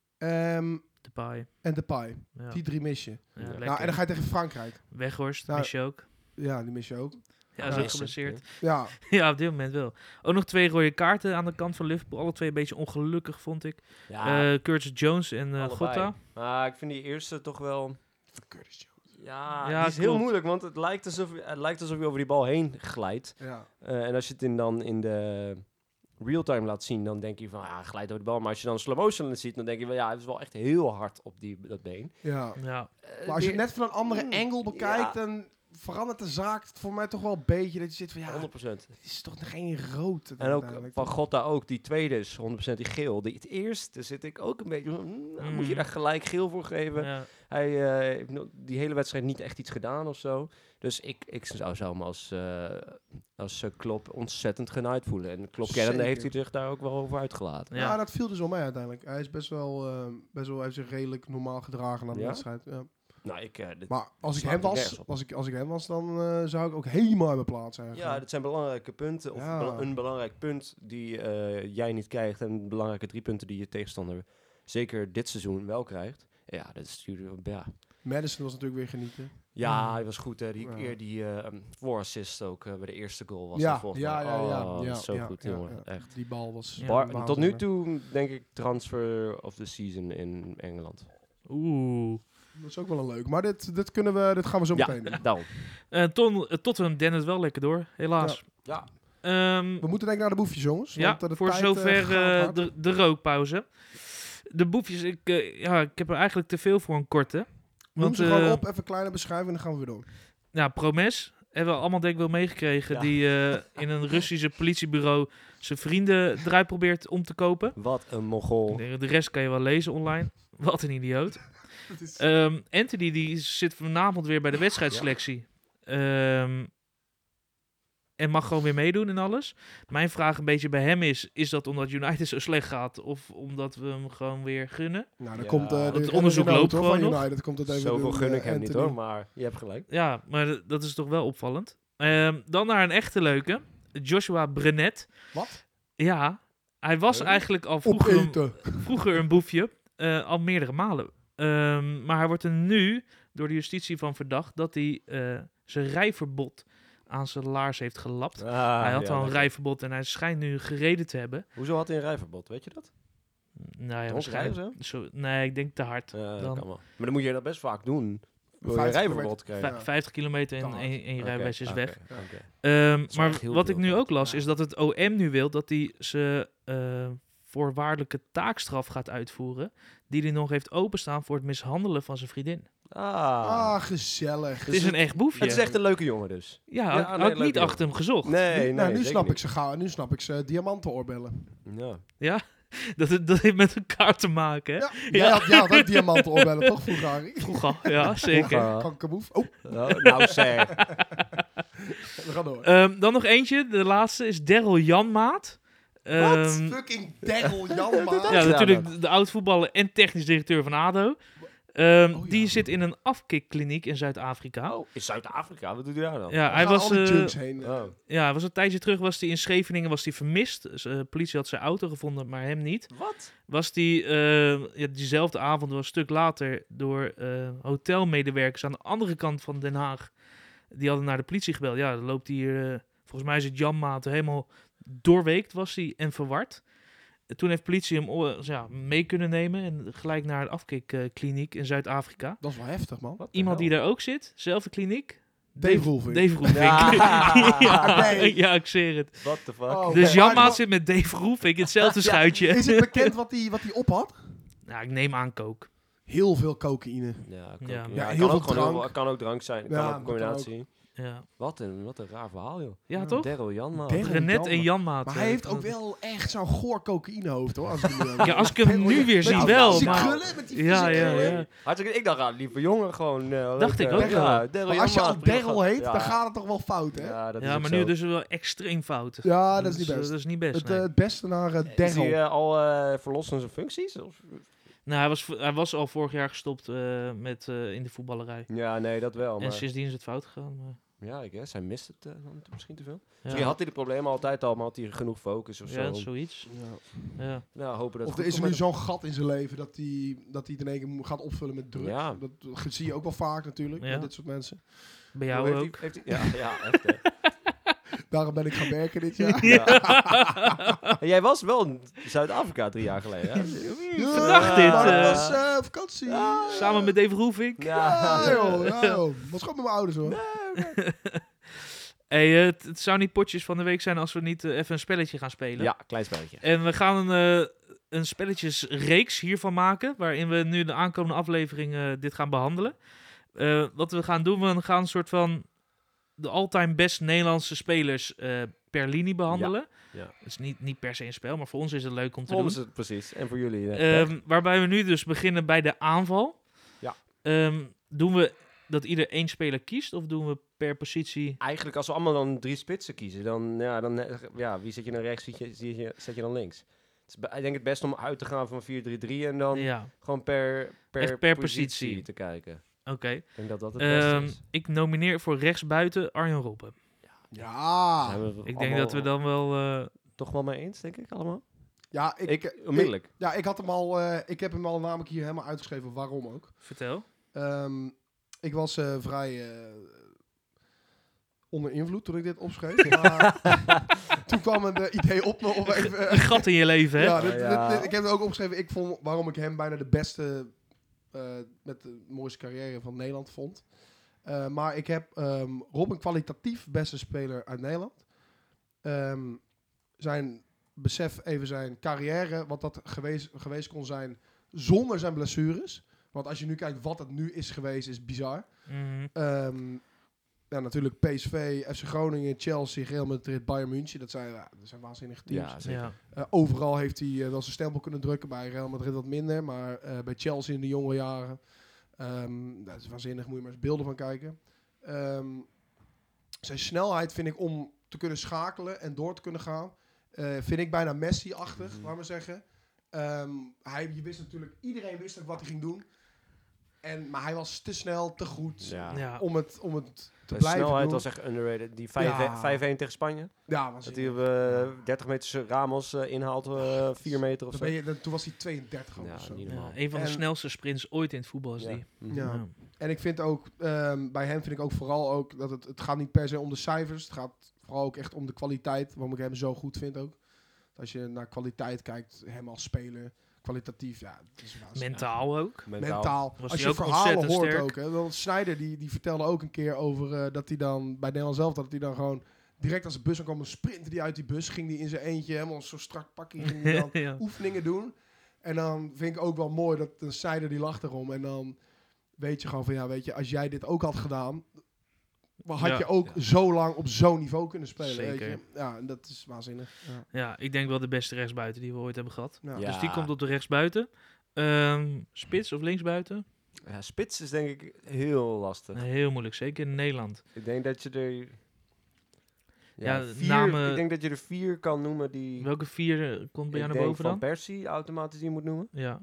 Speaker 3: ehm,
Speaker 1: Depay.
Speaker 3: en Depay.
Speaker 1: Ja.
Speaker 3: Die drie mis je.
Speaker 1: Ja,
Speaker 2: Ja.
Speaker 1: lekker.
Speaker 3: Nou, en dan ga je tegen Frankrijk.
Speaker 1: Weghorst,
Speaker 3: Nou,
Speaker 1: mis je ook.
Speaker 3: Ja, die mis je ook.
Speaker 1: Ja,
Speaker 3: Ja,
Speaker 1: is ook
Speaker 2: missen,
Speaker 1: geblesseerd.
Speaker 3: Ja,
Speaker 1: Ja, op dit moment wel. Ook nog twee rode kaarten aan de kant van Liverpool. Alle twee een beetje ongelukkig, vond ik.
Speaker 2: Ja,
Speaker 1: Eh Curtis Jones en eh
Speaker 2: allebei.
Speaker 1: Gotta.
Speaker 2: Maar ik vind die eerste toch wel...
Speaker 3: Curtis Jones.
Speaker 2: Ja,
Speaker 1: Ja,
Speaker 2: die is heel
Speaker 1: klopt.
Speaker 2: moeilijk, want het lijkt alsof, het lijkt alsof je over die bal heen glijdt.
Speaker 3: Ja.
Speaker 2: Eh, en als je het in, dan in de real-time laat zien, dan denk je van, ja, glijdt over de bal. Maar als je dan slow motion ziet, dan denk je wel, ja, het is wel echt heel hard op die, dat been.
Speaker 3: ja.
Speaker 1: Ja,
Speaker 2: Eh,
Speaker 3: Maar als je
Speaker 2: die-
Speaker 3: het net van een andere
Speaker 2: Mm,
Speaker 3: angle bekijkt,
Speaker 2: ja.
Speaker 3: dan verandert de zaak voor mij toch wel een beetje. Dat je zit van, ja,
Speaker 2: honderd procent.
Speaker 3: het is toch geen rood.
Speaker 2: En ook
Speaker 3: uiteindelijk.
Speaker 2: van Gotta ook, die tweede is honderd procent die geel. Die, het eerste zit ik ook een beetje van, mm, nou, moet je
Speaker 1: Mm.
Speaker 2: daar gelijk geel voor geven?
Speaker 1: ja.
Speaker 2: Hij eh, heeft no- die hele wedstrijd niet echt iets gedaan of zo. Dus ik, ik zou, zou hem als, eh als uh, Klopp ontzettend genaaid voelen. En Klopp kennende
Speaker 3: Zeker.
Speaker 2: heeft hij zich daar ook wel over uitgelaten.
Speaker 3: Ja.
Speaker 1: Ja.
Speaker 3: dat viel dus wel mee uiteindelijk. Hij is best wel, eh, best wel hij heeft zich redelijk normaal gedragen na de
Speaker 2: Ja?
Speaker 3: wedstrijd. Ja.
Speaker 2: Nou, ik, eh, dit-
Speaker 3: Maar als ik,
Speaker 2: slaat
Speaker 3: hem
Speaker 2: er
Speaker 3: was,
Speaker 2: nergens op.
Speaker 3: als, ik, als ik hem was, dan eh, zou ik ook helemaal in mijn plaats zijn.
Speaker 2: ja, dat zijn belangrijke punten. Of
Speaker 3: Ja.
Speaker 2: bela- een belangrijk punt die eh, jij niet krijgt. En belangrijke drie punten die je tegenstander zeker dit seizoen wel krijgt. Ja, dat is natuurlijk... Ja,
Speaker 3: Madison was natuurlijk weer genieten.
Speaker 2: ja
Speaker 1: Mm.
Speaker 2: hij was goed. Hè. Die
Speaker 3: Ja.
Speaker 2: keer die eh voorassist ook eh, bij de eerste goal was
Speaker 3: Ja,
Speaker 2: dat volgens
Speaker 3: ja,
Speaker 2: mij.
Speaker 3: ja, ja,
Speaker 2: Oh,
Speaker 3: ja,
Speaker 2: zo
Speaker 3: ja,
Speaker 2: goed,
Speaker 3: ja,
Speaker 2: jongen.
Speaker 3: ja.
Speaker 2: Echt.
Speaker 3: Die bal was
Speaker 1: Ja.
Speaker 2: Bar- tot nu
Speaker 3: waanzinnig.
Speaker 2: toe denk ik transfer of the season in Engeland.
Speaker 1: Oeh.
Speaker 3: Dat is ook wel een leuk. Maar dit, dit, kunnen we, dit gaan we zo
Speaker 2: Ja,
Speaker 3: meteen doen.
Speaker 2: daarom.
Speaker 1: Eh Ton, eh, Tottenham den het wel lekker door, helaas.
Speaker 2: Ja.
Speaker 1: Ehm,
Speaker 3: We moeten denk ik naar de boefjes, jongens.
Speaker 1: ja,
Speaker 3: want, eh, de
Speaker 1: voor
Speaker 3: tijd, eh,
Speaker 1: zover
Speaker 3: gaat
Speaker 1: eh,
Speaker 3: hard.
Speaker 1: de, de rookpauze. De boefjes, ik, eh, ja, ik heb er eigenlijk te veel voor een korte.
Speaker 3: Noem
Speaker 1: Want,
Speaker 3: ze gewoon
Speaker 1: eh,
Speaker 3: op, even een kleine beschrijving en dan gaan we weer door.
Speaker 1: Ja, Promes hebben we allemaal denk ik wel meegekregen.
Speaker 2: Ja.
Speaker 1: Die eh, in een Russische politiebureau zijn vrienden eruit probeert om te kopen.
Speaker 2: Wat een mogol.
Speaker 1: De de rest kan je wel lezen online. Wat een idioot.
Speaker 3: Het is-
Speaker 1: Ehm, Anthony die zit vanavond weer bij de wedstrijdselectie. Ehm, en mag gewoon weer meedoen en alles. Mijn vraag een beetje bij hem is... Is dat omdat United zo slecht gaat? Of omdat we hem gewoon weer gunnen?
Speaker 3: nou, dan
Speaker 2: Ja,
Speaker 3: komt, eh, de
Speaker 2: het
Speaker 3: renner
Speaker 1: onderzoek
Speaker 3: in de
Speaker 1: loopt
Speaker 3: auto van
Speaker 1: gewoon nog.
Speaker 3: United. Komt het even
Speaker 2: Zoveel
Speaker 3: doen,
Speaker 2: gun
Speaker 3: eh,
Speaker 2: ik hem niet
Speaker 3: Anthony.
Speaker 2: hoor, maar je hebt gelijk.
Speaker 1: Ja, maar d- dat is toch wel opvallend. Ehm, dan naar een echte leuke. Joshua Brenet.
Speaker 3: Wat?
Speaker 1: Ja, hij was
Speaker 2: Huh?
Speaker 1: eigenlijk al vroeger,
Speaker 3: Opeten.
Speaker 1: vroeger een boefje. eh, al meerdere malen. Ehm, maar hij wordt er nu door de justitie van verdacht... dat hij eh, zijn rijverbod aan zijn laars heeft gelapt.
Speaker 2: Ah,
Speaker 1: hij had
Speaker 2: ja,
Speaker 1: al een
Speaker 2: lekker.
Speaker 1: rijverbod en hij schijnt nu gereden te hebben.
Speaker 2: Hoezo had hij een rijverbod, weet je dat?
Speaker 1: Nou ja,
Speaker 2: Dronken
Speaker 1: waarschijnlijk.
Speaker 2: rijden
Speaker 1: Zo, nee, ik denk te hard.
Speaker 2: Ja, dat
Speaker 1: Dan-
Speaker 2: kan wel. Maar dan moet je dat best vaak doen. Wil je een
Speaker 3: vijftig
Speaker 2: rijverbod
Speaker 3: kilometer.
Speaker 2: krijgen?
Speaker 1: Vij- vijftig kilometer en,
Speaker 3: Te hard.
Speaker 1: en, en je
Speaker 2: Oké,
Speaker 1: rijbewijs is
Speaker 2: oké,
Speaker 1: weg.
Speaker 2: oké.
Speaker 1: Ehm,
Speaker 2: is wel
Speaker 1: maar
Speaker 2: echt heel
Speaker 1: wat ik
Speaker 2: veel
Speaker 1: nu
Speaker 2: geld.
Speaker 1: ook las,
Speaker 3: Ja.
Speaker 1: is dat het O M nu wil dat hij zijn eh, voorwaardelijke taakstraf gaat uitvoeren. Die hij nog heeft openstaan voor het mishandelen van zijn vriendin.
Speaker 2: Ah.
Speaker 3: Ah, gezellig.
Speaker 1: Het is een echt boefje.
Speaker 2: Het is echt een leuke jongen dus.
Speaker 1: Ja,
Speaker 2: Ja,
Speaker 1: had,
Speaker 2: nee,
Speaker 1: had ik
Speaker 2: leuk
Speaker 1: niet
Speaker 2: joh.
Speaker 1: achter hem gezocht.
Speaker 2: Nee,
Speaker 3: nu,
Speaker 2: nee,
Speaker 3: nou, nu
Speaker 2: zeker
Speaker 3: snap
Speaker 2: niet.
Speaker 3: ik ze gauw. Nu snap ik ze diamanten oorbellen.
Speaker 2: Ja.
Speaker 1: Ja, dat, het- dat heeft met elkaar te maken. Hè?
Speaker 3: Ja, jij, had, jij had ook diamanten oorbellen, toch, vroeger, Harry?
Speaker 1: Vroeger, ja, zeker.
Speaker 2: Vroeger.
Speaker 3: Kankerboef. Oh,
Speaker 2: Nou, nou zeg.
Speaker 3: we gaan door.
Speaker 1: Ehm, dan nog eentje, de laatste is Daryl Janmaat.
Speaker 3: Wat?
Speaker 1: Ehm,
Speaker 3: Fucking Daryl Janmaat.
Speaker 1: ja,
Speaker 2: Ja,
Speaker 1: natuurlijk
Speaker 2: dat-
Speaker 1: de, de oud-voetballer en technisch directeur van ADO. Ehm,
Speaker 3: Oh, ja.
Speaker 1: Die zit in een afkikkliniek in Zuid-Afrika.
Speaker 2: Oh, in Zuid-Afrika, wat doet hij daar dan?
Speaker 1: Ja,
Speaker 3: Hij
Speaker 1: hij was,
Speaker 3: al die
Speaker 1: eh,
Speaker 3: junks heen.
Speaker 2: Oh.
Speaker 1: ja, hij was een tijdje terug was hij in Scheveningen was hij vermist. Dus, eh, de politie had zijn auto gevonden, maar hem niet.
Speaker 2: Wat?
Speaker 1: Was die, eh, ja, diezelfde avond, was een stuk later, door eh, hotelmedewerkers aan de andere kant van Den Haag. Die hadden naar de politie gebeld. Ja, dan loopt hier, eh, volgens mij is het Janmaat helemaal doorweekt was hij en verward. En toen heeft politie hem oh, ja, mee kunnen nemen en gelijk naar een afkikkliniek in Zuid-Afrika.
Speaker 3: Dat is wel heftig, man.
Speaker 2: Wat de
Speaker 1: Iemand die
Speaker 2: hel?
Speaker 1: daar ook zit, zelfde kliniek.
Speaker 3: Dave Roelvink.
Speaker 1: Dave Roelvink.
Speaker 2: Ja.
Speaker 1: ja,
Speaker 3: Nee.
Speaker 1: ja, ik zweer het.
Speaker 2: What the fuck?
Speaker 3: Oh,
Speaker 1: Dus
Speaker 3: oké.
Speaker 1: Janmaat
Speaker 3: Maar-
Speaker 1: zit met Dave Roelvink in hetzelfde schuitje.
Speaker 3: Is het bekend wat hij wat hij op had?
Speaker 1: Nou, ik neem aan kook.
Speaker 3: Heel veel cocaïne.
Speaker 2: Ja,
Speaker 1: Ja.
Speaker 2: ja.
Speaker 1: Ja,
Speaker 2: ja
Speaker 3: heel
Speaker 2: kan
Speaker 3: veel
Speaker 2: ook gewoon heel-
Speaker 3: drank.
Speaker 2: kan ook drank zijn. Kan
Speaker 3: Ja,
Speaker 2: ook een
Speaker 3: dat kan
Speaker 2: combinatie.
Speaker 1: Ja,
Speaker 2: Wat een, wat een raar verhaal, joh.
Speaker 1: ja
Speaker 3: Ja.
Speaker 1: toch?
Speaker 2: Daryl Janmaat.
Speaker 3: Daryl
Speaker 1: Renet en
Speaker 3: Janmaat.
Speaker 1: Janmaat.
Speaker 3: Maar
Speaker 1: eh,
Speaker 3: hij heeft
Speaker 1: van
Speaker 3: ook
Speaker 1: het-
Speaker 3: wel echt zo'n goor cocaïnehoofd, hoor. Als ik, hem nu-
Speaker 1: Ja, als ik hem
Speaker 3: Daryl-
Speaker 1: nu weer
Speaker 3: met
Speaker 1: zie
Speaker 3: die
Speaker 1: wel,
Speaker 3: vieze
Speaker 1: maar-
Speaker 3: krullen, met die
Speaker 1: Ja,
Speaker 3: vieze
Speaker 1: ja,
Speaker 3: krullen.
Speaker 1: ja.
Speaker 2: Hartstikke, ik dacht, ah, lieve jongen, gewoon... eh,
Speaker 1: Dacht
Speaker 2: leuk,
Speaker 1: ik ook
Speaker 2: eh,
Speaker 1: wel.
Speaker 2: ja, Daryl
Speaker 3: Maar als je al
Speaker 2: Janmaat, prima.
Speaker 3: Daryl heet,
Speaker 2: Ja.
Speaker 3: dan gaat het toch wel fout, hè? Ja,
Speaker 2: Ja, dat is
Speaker 1: Ja,
Speaker 2: ook
Speaker 1: maar
Speaker 2: zo.
Speaker 1: nu dus wel extreem fout.
Speaker 3: dat is niet
Speaker 1: eh,
Speaker 3: best.
Speaker 1: Dat is niet best,
Speaker 3: Het,
Speaker 1: nee.
Speaker 3: eh, het beste naar uh,
Speaker 2: Is hij
Speaker 3: Daryl.
Speaker 2: eh, al eh verlost in zijn functies? Of?
Speaker 1: Nou, hij was, hij was al vorig jaar gestopt uh, met uh, in de voetballerij.
Speaker 2: Ja, nee, dat wel.
Speaker 1: En
Speaker 2: Maar...
Speaker 1: sindsdien is het fout gegaan. Maar...
Speaker 2: Ja, ik guess. Hij mist het uh, dan misschien te veel.
Speaker 1: Ja.
Speaker 2: Misschien had hij de problemen altijd al, maar had hij genoeg focus of
Speaker 1: Ja,
Speaker 2: zo.
Speaker 1: zoiets.
Speaker 3: Ja.
Speaker 1: Ja.
Speaker 2: Nou, hopen dat
Speaker 3: Of
Speaker 2: het
Speaker 3: er is
Speaker 2: goed
Speaker 3: er nu
Speaker 2: komt.
Speaker 3: zo'n gat in zijn leven dat hij, dat hij het in één keer mo- gaat opvullen met drugs.
Speaker 2: Ja.
Speaker 3: Dat, dat zie je ook wel vaak natuurlijk,
Speaker 1: Ja.
Speaker 3: met dit soort mensen.
Speaker 1: Bij
Speaker 2: Hoe
Speaker 1: jou
Speaker 2: heeft
Speaker 1: ook.
Speaker 2: hij- heeft hij- ja, ja, echt hè.
Speaker 3: Daarom ben ik gaan werken dit jaar.
Speaker 2: Ja. En jij was wel in Zuid-Afrika drie jaar geleden, hè?
Speaker 3: Ja,
Speaker 1: Verdacht dit,
Speaker 3: maar dat
Speaker 1: eh.
Speaker 3: was eh, vakantie. Ja,
Speaker 1: Samen met Dave Roefink.
Speaker 3: ja, joh, ja, joh. Was gewoon met mijn ouders hoor.
Speaker 1: Hey, uh, het, het zou niet potjes van de week zijn als we niet uh, even een spelletje gaan spelen.
Speaker 2: Ja, klein spelletje.
Speaker 1: En we gaan een, uh, een spelletjesreeks hiervan maken, waarin we nu de aankomende aflevering uh, dit gaan behandelen. Uh, wat we gaan doen, we gaan een soort van de all-time best Nederlandse spelers uh, per linie behandelen.
Speaker 2: Ja. Ja.
Speaker 1: Het is niet, niet per se een spel, maar voor ons is het leuk om te
Speaker 2: Voor ons
Speaker 1: doen.
Speaker 2: is het precies. En voor jullie. Uh,
Speaker 1: Um, waarbij we nu dus beginnen bij de aanval.
Speaker 2: Ja.
Speaker 1: Um, doen we dat ieder één speler kiest, of doen we per positie...
Speaker 2: Eigenlijk als we allemaal dan drie spitsen kiezen, dan, ja, dan eh, ja, wie zet je dan rechts, zet je, zet je, zet je dan links? Het is, be- ik denk het best om uit te gaan van vier drie drie en dan
Speaker 1: Ja,
Speaker 2: gewoon per, per,
Speaker 1: Echt per
Speaker 2: positie,
Speaker 1: positie.
Speaker 2: te kijken.
Speaker 1: oké. Okay.
Speaker 2: Ik denk dat dat het beste
Speaker 1: Um,
Speaker 2: is.
Speaker 1: ik nomineer voor rechtsbuiten Arjen Robben.
Speaker 3: Ja,
Speaker 2: Zijn we
Speaker 1: Ik denk
Speaker 2: allemaal,
Speaker 1: dat we dan wel... Uh,
Speaker 2: toch wel mee eens, denk ik, allemaal?
Speaker 3: ja, ik,
Speaker 2: Ik,
Speaker 3: ik,
Speaker 2: onmiddellijk.
Speaker 3: ja, ik had hem al, eh, ik heb hem al namelijk hier helemaal uitgeschreven waarom ook.
Speaker 1: vertel.
Speaker 3: Ehm, ik was eh, vrij eh, onder invloed toen ik dit opschreef. Maar toen kwam een uh, idee op me om even...
Speaker 1: Een gat in je leven, hè?
Speaker 3: ja, dit,
Speaker 2: Oh, ja.
Speaker 3: dit- dit- ik heb het ook opgeschreven. Ik vond waarom ik hem bijna de beste, uh, met de mooiste carrière van Nederland vond. Uh, maar ik heb um, Robben kwalitatief beste speler uit Nederland. Um, zijn, besef even zijn carrière, wat dat geweest, geweest kon zijn zonder zijn blessures. Want als je nu kijkt wat het nu is geweest, is bizar.
Speaker 1: Mm-hmm.
Speaker 3: Um, ja, natuurlijk P S V, F C Groningen, Chelsea, Real Madrid, Bayern München. Dat zijn, ja, dat zijn waanzinnige teams.
Speaker 2: Ja, zeker.
Speaker 1: Ja.
Speaker 3: Uh, overal heeft hij uh, wel zijn stempel kunnen drukken. Bij Real Madrid wat minder. Maar uh, bij Chelsea in de jonge jaren. Um, dat is waanzinnig. Moet je maar eens beelden van kijken. Um, zijn snelheid vind ik om te kunnen schakelen en door te kunnen gaan. Uh, vind ik bijna Messi-achtig,
Speaker 2: Mm-hmm.
Speaker 3: laat maar zeggen. Um, hij, je wist natuurlijk, iedereen wist ook wat hij ging doen. En, maar hij was te snel, te goed
Speaker 2: Ja.
Speaker 1: Ja.
Speaker 3: om het, om het te
Speaker 2: De
Speaker 3: blijven
Speaker 2: snelheid
Speaker 3: doen.
Speaker 2: was echt underrated. Die
Speaker 3: Ja.
Speaker 2: vijf-een tegen Spanje.
Speaker 3: Ja,
Speaker 2: Dat
Speaker 3: was
Speaker 2: hij op uh, dertig meter Ramos uh, inhaalt, uh, vier meter of
Speaker 3: dan
Speaker 2: zo.
Speaker 3: ben je, dan, toen was hij tweeëndertig ook
Speaker 2: Ja,
Speaker 3: of zo.
Speaker 2: niet
Speaker 1: Ja,
Speaker 2: normaal.
Speaker 1: een van de
Speaker 3: En-
Speaker 1: snelste sprints ooit in het voetbal is
Speaker 2: Ja.
Speaker 1: die.
Speaker 2: Mhm.
Speaker 3: Ja.
Speaker 1: Ja.
Speaker 3: En ik vind ook, um, bij hem vind ik ook vooral ook, dat het, het gaat niet per se om de cijfers. Het gaat vooral ook echt om de kwaliteit, waarom ik hem zo goed vind ook. Als je naar kwaliteit kijkt, hem als speler, kwalitatief, ja, het is waanzinnig.
Speaker 1: Mentaal ook.
Speaker 2: Mentaal.
Speaker 3: Mentaal.
Speaker 1: Was
Speaker 3: Als
Speaker 1: hij
Speaker 3: je
Speaker 1: ook
Speaker 3: verhalen
Speaker 1: ontzettend
Speaker 3: hoort
Speaker 1: sterk.
Speaker 3: ook. Hè. Want Sneijder die, die vertelde ook een keer over uh, dat hij dan bij Nederland zelf, dat hij dan gewoon direct als de bus kwam, sprintte die uit die bus, ging die in zijn eentje helemaal zo strak pakje, ging die dan
Speaker 1: Ja.
Speaker 3: oefeningen doen. En dan vind ik ook wel mooi dat een Sneijder die lacht erom. En dan weet je gewoon van, ja, weet je, als jij dit ook had gedaan, had
Speaker 1: Ja.
Speaker 3: je ook
Speaker 2: Ja.
Speaker 3: zo lang op zo'n niveau kunnen spelen.
Speaker 1: Zeker.
Speaker 3: Weet je? Ja, en dat is waanzinnig. Ja.
Speaker 1: Ja, ik denk wel de beste rechtsbuiten die we ooit hebben gehad.
Speaker 3: Ja.
Speaker 2: Ja.
Speaker 1: Dus die komt op de rechtsbuiten. Um, spits of linksbuiten?
Speaker 2: Ja, spits is denk ik heel lastig.
Speaker 1: Heel moeilijk, zeker in Nederland.
Speaker 2: Ik denk dat je er... Ja,
Speaker 1: Ja,
Speaker 2: vier,
Speaker 1: namen-
Speaker 2: ik denk dat je er vier kan noemen die...
Speaker 1: Welke vier eh, komt bij
Speaker 2: ik
Speaker 1: jou naar
Speaker 2: denk
Speaker 1: boven
Speaker 2: Van
Speaker 1: dan?
Speaker 2: Persie automatisch die je moet noemen.
Speaker 1: Ja.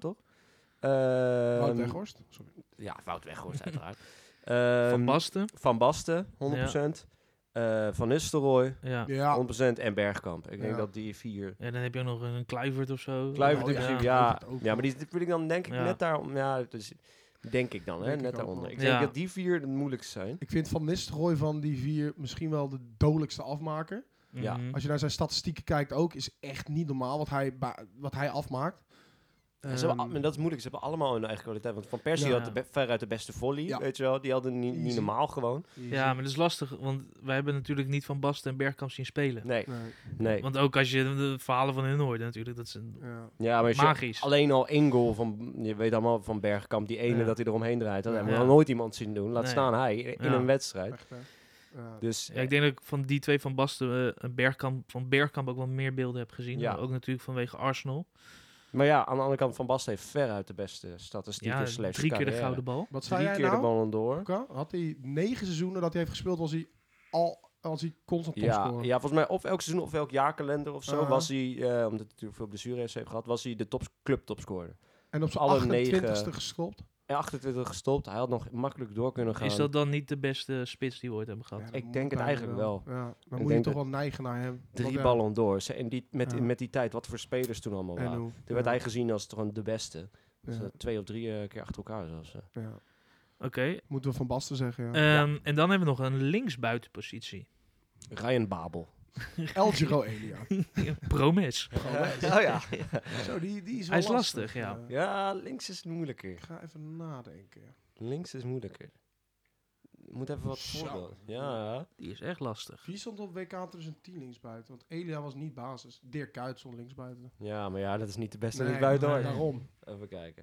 Speaker 2: Ehm,
Speaker 3: Wout Weghorst. Sorry.
Speaker 2: Ja, Wout Weghorst uiteraard. Ehm,
Speaker 1: Van Basten?
Speaker 2: Van Basten, honderd procent. Eh, van Nistelrooy,
Speaker 1: Ja.
Speaker 3: Ja,
Speaker 2: honderd procent. En Bergkamp. Ik denk
Speaker 3: Ja.
Speaker 2: dat die vier...
Speaker 1: Ja, dan heb je ook nog een Kluivert of zo.
Speaker 2: Kluivert
Speaker 3: Oh,
Speaker 2: in
Speaker 3: ja.
Speaker 2: principe,
Speaker 3: Ja,
Speaker 2: ja.
Speaker 3: Kluivert ook
Speaker 2: Ja, maar die wil ik dan denk ik
Speaker 1: Ja.
Speaker 2: net daarom... Ja, dus denk ik dan, hè.
Speaker 3: Denk ik
Speaker 2: Net
Speaker 3: ook
Speaker 2: daaronder.
Speaker 3: wel.
Speaker 2: Ik denk
Speaker 1: Ja.
Speaker 2: dat die vier het moeilijkste zijn.
Speaker 3: ik vind Van Nistelrooy van die vier misschien wel de dodelijkste afmaker.
Speaker 2: Ja.
Speaker 1: Mhm.
Speaker 3: Als je naar zijn statistieken kijkt ook, is echt niet normaal wat hij, ba- wat hij afmaakt.
Speaker 2: Ja, ze hebben,
Speaker 3: Ehm,
Speaker 2: al- maar dat is moeilijk. Ze hebben allemaal hun eigen kwaliteit. Want Van Persie
Speaker 3: Ja.
Speaker 2: had de be- veruit de beste volley,
Speaker 3: Ja.
Speaker 2: weet je wel. Die hadden niet, niet
Speaker 3: Easy.
Speaker 2: normaal gewoon.
Speaker 1: Ja, maar dat is lastig, want wij hebben natuurlijk niet Van Basten en Bergkamp zien spelen.
Speaker 2: Nee,
Speaker 3: nee,
Speaker 2: nee.
Speaker 1: Want ook als je de verhalen van hun hoort natuurlijk, dat is een
Speaker 3: ja.
Speaker 2: Ja, maar als je
Speaker 1: magisch.
Speaker 2: alleen al één goal van, je weet allemaal van Bergkamp, die ene
Speaker 1: Ja.
Speaker 2: dat hij eromheen draait. Dat
Speaker 3: Ja.
Speaker 2: hebben we
Speaker 1: Ja.
Speaker 2: nog nooit iemand zien doen. Laat
Speaker 1: Nee.
Speaker 2: staan hij in
Speaker 1: Ja.
Speaker 2: een wedstrijd.
Speaker 3: Echt, hè. Ja.
Speaker 2: Dus
Speaker 1: Ja, ik denk dat ik van die twee van Basten en Bergkamp, van Bergkamp ook wel meer beelden heb gezien.
Speaker 2: Ja.
Speaker 1: Maar ook natuurlijk vanwege Arsenal.
Speaker 2: Maar ja, aan de andere kant, Van Basten heeft veruit de beste statistieken
Speaker 1: Ja,
Speaker 2: slash
Speaker 1: drie keer de
Speaker 2: carrière.
Speaker 1: gouden bal.
Speaker 3: Wat zei
Speaker 2: Drie
Speaker 3: jij
Speaker 2: keer
Speaker 3: nou?
Speaker 2: de Ballon d'Or.
Speaker 3: Luca? Had hij negen seizoenen dat hij heeft gespeeld, was hij al als hij constant
Speaker 2: Ja,
Speaker 3: topscorer.
Speaker 2: ja, volgens mij of elk seizoen of elk jaarkalender of zo
Speaker 3: Uh-huh.
Speaker 2: was hij, eh, omdat hij natuurlijk veel blessures heeft gehad, was hij de top, club topscorer.
Speaker 3: En op zijn
Speaker 2: alle
Speaker 3: achtentwintigste
Speaker 2: negen-
Speaker 3: gestopt.
Speaker 2: En achtentwintig gestopt. Hij had nog makkelijk door kunnen gaan.
Speaker 1: Is dat dan niet de beste spits die we ooit hebben gehad?
Speaker 3: Ja,
Speaker 2: Ik
Speaker 3: dat
Speaker 2: denk
Speaker 3: moet
Speaker 2: het
Speaker 3: bijna
Speaker 2: eigenlijk wel.
Speaker 3: Ja, dan
Speaker 2: Ik
Speaker 3: moet je
Speaker 2: denk
Speaker 3: toch
Speaker 2: dat-
Speaker 3: wel neigen naar hem.
Speaker 2: Drie
Speaker 3: Want ja,
Speaker 2: ballen door. En die, met,
Speaker 3: Ja.
Speaker 2: met die tijd, wat voor spelers toen allemaal
Speaker 3: en
Speaker 2: waren.
Speaker 3: hoe-
Speaker 2: Toen werd
Speaker 3: ja,
Speaker 2: hij gezien als toch de beste. Dus,
Speaker 3: ja,
Speaker 2: eh, twee of drie eh, keer achter elkaar zelfs. eh.
Speaker 3: ja.
Speaker 1: Oké.
Speaker 3: Moeten we Van Basten zeggen, ja.
Speaker 1: Ehm, En dan hebben we nog een linksbuitenpositie.
Speaker 2: Ryan Babel.
Speaker 3: El Giro Elia.
Speaker 1: Promes.
Speaker 2: oh ja.
Speaker 3: Zo, die, die is wel
Speaker 1: Hij is lastig, ja.
Speaker 2: Ja, links is moeilijker.
Speaker 3: Ik ga even nadenken.
Speaker 2: Links is moeilijker. Moet even wat
Speaker 3: Zo.
Speaker 2: voorbeeld. Ja.
Speaker 1: Die is echt lastig.
Speaker 3: Wie stond op W K twintig tien linksbuiten? Want Elia was niet basis. Dirk Kuyt stond linksbuiten.
Speaker 2: Ja, maar ja, dat is niet de beste
Speaker 3: Nee,
Speaker 2: linksbuiten
Speaker 3: maar
Speaker 2: hoor.
Speaker 3: daarom.
Speaker 2: Even kijken.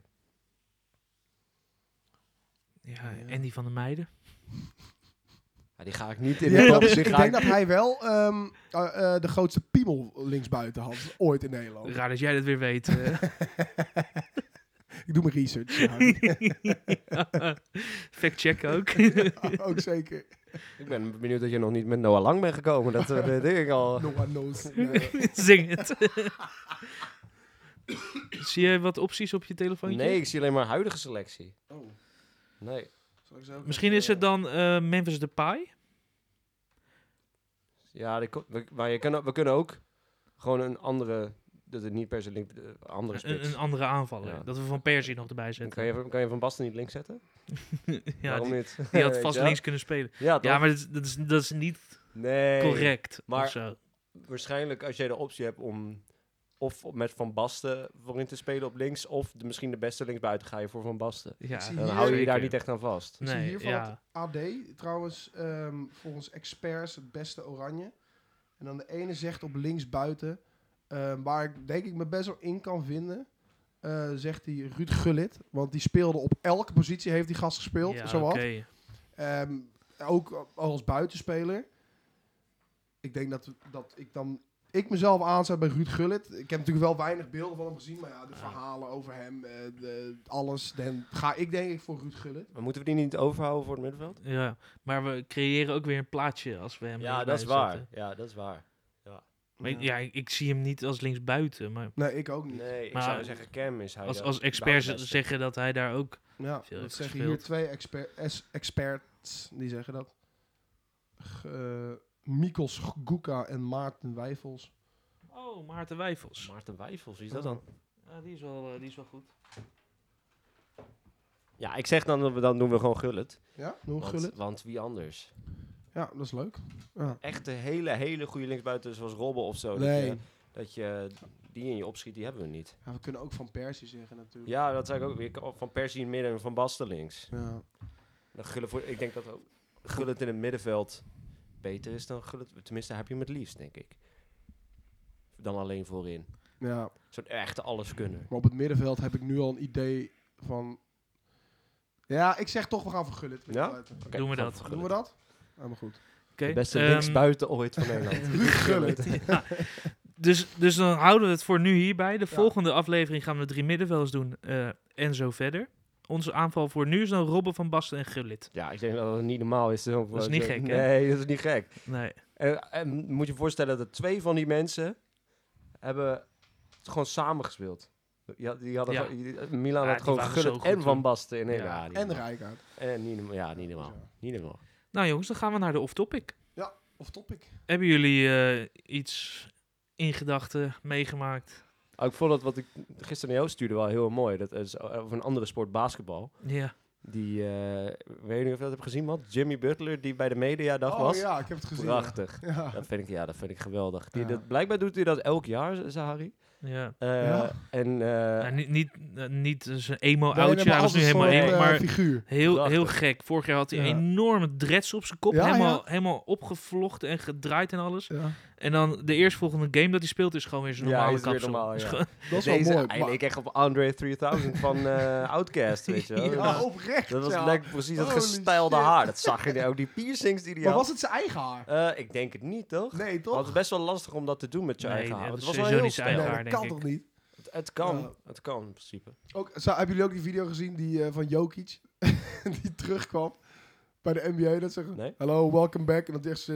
Speaker 1: Ja,
Speaker 3: Ja.
Speaker 1: Andy van der Meijden.
Speaker 2: Ja, die ga ik niet in
Speaker 3: Ja,
Speaker 2: de top.
Speaker 3: dat-
Speaker 2: Die
Speaker 3: ik
Speaker 2: ga
Speaker 3: denk
Speaker 2: ik...
Speaker 3: dat hij wel ehm, eh, eh, de grootste piemel linksbuiten had ooit in Nederland.
Speaker 1: Raar dat jij dat weer weet. eh.
Speaker 3: Ik doe mijn research. Ja.
Speaker 1: Fact check ook.
Speaker 3: Ook zeker.
Speaker 2: Ik ben benieuwd dat je nog niet met Noah Lang bent gekomen. Dat uh, dat denk ik al.
Speaker 3: No one knows. Nee.
Speaker 1: Zing het. Zie je wat opties op je telefoontje?
Speaker 2: Nee, ik zie alleen maar huidige selectie.
Speaker 3: Oh,
Speaker 2: Nee.
Speaker 3: zal ik zo ook
Speaker 1: Misschien
Speaker 3: even,
Speaker 1: is het dan eh, Memphis Depay.
Speaker 2: Ja, die ko- we, maar je kan, we kunnen ook gewoon een andere... Dat het niet per se link, uh, andere spits.
Speaker 1: Een, een andere aanvaller.
Speaker 2: Ja.
Speaker 1: Dat we Van Persie nog erbij
Speaker 2: Dan
Speaker 1: zetten.
Speaker 2: kan, je, kan je Van Basten niet links zetten?
Speaker 1: ja,
Speaker 2: Waarom
Speaker 1: die,
Speaker 2: niet?
Speaker 1: die had
Speaker 2: Weet
Speaker 1: vast
Speaker 2: je wel?
Speaker 1: links kunnen spelen.
Speaker 2: Ja, toch?
Speaker 1: Ja, maar dat is, dat is, dat is niet
Speaker 2: nee.
Speaker 1: correct.
Speaker 2: maar-
Speaker 1: of zo.
Speaker 2: Waarschijnlijk als jij de optie hebt om... Of met Van Basten voorin te spelen op links... Of de, misschien de beste linksbuiten ga je voor Van Basten.
Speaker 1: Ja,
Speaker 3: Ik zie
Speaker 2: Dan
Speaker 3: hier-
Speaker 2: hou je je daar
Speaker 1: zeker.
Speaker 2: niet echt aan vast.
Speaker 3: Ik zie
Speaker 1: Nee,
Speaker 3: hier van
Speaker 1: ja.
Speaker 3: het A D trouwens ehm, volgens experts het beste oranje. En dan de ene zegt op links buiten, ehm, waar ik denk ik me best wel in kan vinden, eh, zegt hij Ruud Gullit. Want die speelde op elke positie, heeft die gast gespeeld,
Speaker 1: Ja,
Speaker 3: zowat.
Speaker 1: oké.
Speaker 3: Ehm, ook als buitenspeler. Ik denk dat, dat ik dan... Ik mezelf aanzet bij Ruud Gullit. Ik heb natuurlijk wel weinig beelden van hem gezien. Maar ja, de
Speaker 1: Ja.
Speaker 3: verhalen over hem, eh, de, alles. Dan ga ik denk ik voor Ruud Gullit.
Speaker 2: Maar moeten we die niet overhouden voor het middenveld?
Speaker 1: Ja, maar we creëren ook weer een plaatje als we hem
Speaker 2: Ja,
Speaker 1: linksbij
Speaker 2: dat is waar.
Speaker 1: zetten.
Speaker 2: Ja, dat is waar.
Speaker 1: Maar ik- ja, ik, ik zie hem niet als linksbuiten. Maar
Speaker 3: Nee, ik ook niet.
Speaker 2: Nee, ik
Speaker 1: Maar
Speaker 2: zou zeggen Cam is hij
Speaker 1: als,
Speaker 2: de-
Speaker 1: als
Speaker 2: de
Speaker 1: experts
Speaker 2: allerbeste.
Speaker 1: zeggen dat hij daar ook...
Speaker 3: Ja,
Speaker 1: Veel
Speaker 3: dat
Speaker 1: heeft
Speaker 3: zeggen
Speaker 1: gespeeld.
Speaker 3: hier twee exper es- experts, die zeggen dat. G- eh, Mikos Guka en Maarten Wijfels.
Speaker 1: Oh, Maarten Wijfels.
Speaker 2: Maarten Wijfels, wie is dat dan?
Speaker 1: Ja, die, is wel, eh, die is wel goed.
Speaker 2: Ja, ik zeg dan, dat we- dan doen we gewoon Gullit.
Speaker 3: Ja, noem
Speaker 2: Want,
Speaker 3: Gullit.
Speaker 2: want wie anders?
Speaker 3: Ja, dat is leuk. Ja.
Speaker 2: Echt een hele, hele goede linksbuiten zoals Robben of zo.
Speaker 3: Nee.
Speaker 2: Dat, je, dat je die in je opschiet, die hebben we niet.
Speaker 3: Ja, we kunnen ook Van Persie zeggen natuurlijk.
Speaker 2: Ja, dat zei ik ook. Ik- Van Persie in het midden en Van Basten links.
Speaker 3: Ja.
Speaker 2: Dan Gullit voor, ik denk dat ook Gullit in het middenveld beter is dan Gullit. Tenminste, heb je hem het liefst, denk ik. Dan alleen voorin.
Speaker 3: Ja,
Speaker 2: Zo'n echte alleskunner.
Speaker 3: maar op het middenveld heb ik nu al een idee van... Ja, ik zeg toch, we gaan voor Gullit.
Speaker 2: Ja?
Speaker 3: Buiten.
Speaker 2: Oké,
Speaker 1: Doen we
Speaker 2: gaan
Speaker 1: dat.
Speaker 2: voor
Speaker 3: Doen we
Speaker 2: Gullit.
Speaker 3: dat? Helemaal goed.
Speaker 1: Oké.
Speaker 2: De beste
Speaker 1: ehm,
Speaker 2: linksbuiten ooit van Nederland.
Speaker 3: Ruud Gullit.
Speaker 1: ja. dus, dus dan houden we het voor nu hierbij. De
Speaker 3: Ja.
Speaker 1: volgende aflevering gaan we drie middenvelders doen eh, en zo verder. Onze aanval voor nu is dan Robben, Van Basten en Gullit.
Speaker 2: Ja, ik denk dat het niet normaal is. Dat
Speaker 1: is niet gek, hè?
Speaker 2: Nee, dat is niet gek.
Speaker 1: Nee.
Speaker 2: En, en moet je je voorstellen dat twee van die mensen hebben gewoon samen gespeeld. Ja, die hadden
Speaker 1: Ja.
Speaker 2: gewoon- die- Milan
Speaker 1: Ja,
Speaker 2: had
Speaker 1: die
Speaker 2: gewoon
Speaker 1: waren
Speaker 2: Gullit
Speaker 1: zo goed
Speaker 2: en Van
Speaker 1: toen.
Speaker 2: Basten. In,
Speaker 1: Ja.
Speaker 2: ja, niet
Speaker 3: En
Speaker 2: normaal.
Speaker 3: Rijkaard.
Speaker 2: En niet normaal. Ja, niet normaal. Niet normaal.
Speaker 1: Nou jongens, dan gaan we naar de off-topic.
Speaker 3: Of topic.
Speaker 1: Hebben jullie eh, iets in gedachten meegemaakt?
Speaker 2: Oh, ik vond het wat ik gisteren naar jou stuurde wel heel mooi. Dat is over een andere sport, basketbal.
Speaker 1: Ja.
Speaker 2: Die, eh weet je niet of je dat hebt gezien, man? Jimmy Butler, die bij de Mediadag
Speaker 3: Oh
Speaker 2: was.
Speaker 3: ja, ik heb het gezien. ja.
Speaker 2: Prachtig.
Speaker 3: Ja.
Speaker 2: Dat vind ik, ja, dat vind ik geweldig. Die,
Speaker 3: Ja.
Speaker 2: dat, blijkbaar doet hij dat elk jaar, Zahari.
Speaker 1: Ja.
Speaker 2: Uh,
Speaker 3: Ja.
Speaker 2: En uh,
Speaker 1: Nou, niet, niet, eh, niet zijn emo
Speaker 3: Nee,
Speaker 1: oudje,
Speaker 3: nee,
Speaker 1: hij
Speaker 3: maar
Speaker 1: was nu
Speaker 3: als een
Speaker 1: helemaal
Speaker 3: soort,
Speaker 1: emo,
Speaker 3: eh,
Speaker 1: maar
Speaker 3: figuur.
Speaker 1: heel,
Speaker 2: Prachtig.
Speaker 1: heel gek. Vorig jaar had hij
Speaker 3: Ja.
Speaker 1: een enorme dreads op zijn kop,
Speaker 3: Ja,
Speaker 1: helemaal,
Speaker 3: ja.
Speaker 1: helemaal opgevlochten en gedraaid en alles.
Speaker 3: Ja.
Speaker 1: En dan de eerstvolgende game dat hij speelt is gewoon weer zijn
Speaker 2: Ja,
Speaker 1: normale
Speaker 2: is weer
Speaker 1: kapsel.
Speaker 2: normaal,
Speaker 1: Is
Speaker 2: ja.
Speaker 1: gewoon-
Speaker 3: Dat is wel
Speaker 2: deze,
Speaker 3: mooi.
Speaker 2: hij
Speaker 3: maar-
Speaker 2: leek echt op Andre driehonderd van uh, Outcast, weet je wel.
Speaker 3: Ja,
Speaker 2: Dat was-
Speaker 3: oprecht.
Speaker 2: Dat was
Speaker 3: ja.
Speaker 2: lekker precies dat
Speaker 3: Holy
Speaker 2: gestylede
Speaker 3: shit.
Speaker 2: haar. Dat zag je nu ook, die piercings die hij
Speaker 3: Maar
Speaker 2: had.
Speaker 3: was het zijn eigen haar?
Speaker 2: Uh, ik denk het niet, toch?
Speaker 3: Nee,
Speaker 2: Want
Speaker 3: toch?
Speaker 2: het is best wel lastig om dat te doen met je
Speaker 1: Nee,
Speaker 2: eigen
Speaker 1: nee,
Speaker 2: haar.
Speaker 1: dat
Speaker 2: Het
Speaker 1: is
Speaker 2: was wel
Speaker 1: sowieso
Speaker 2: heel
Speaker 1: niet zijn
Speaker 2: stijl.
Speaker 1: eigen
Speaker 3: Nee,
Speaker 1: haar,
Speaker 3: dat
Speaker 1: denk
Speaker 3: kan
Speaker 1: ik.
Speaker 3: toch niet?
Speaker 2: Het, het kan,
Speaker 3: Ja.
Speaker 2: het kan in principe.
Speaker 3: Ook, zo, hebben jullie ook die video gezien die, eh, van Jokic? die terugkwam bij de N B A. Dat zeggen,
Speaker 2: Nee?
Speaker 3: hello, welcome back. En dat echt zit,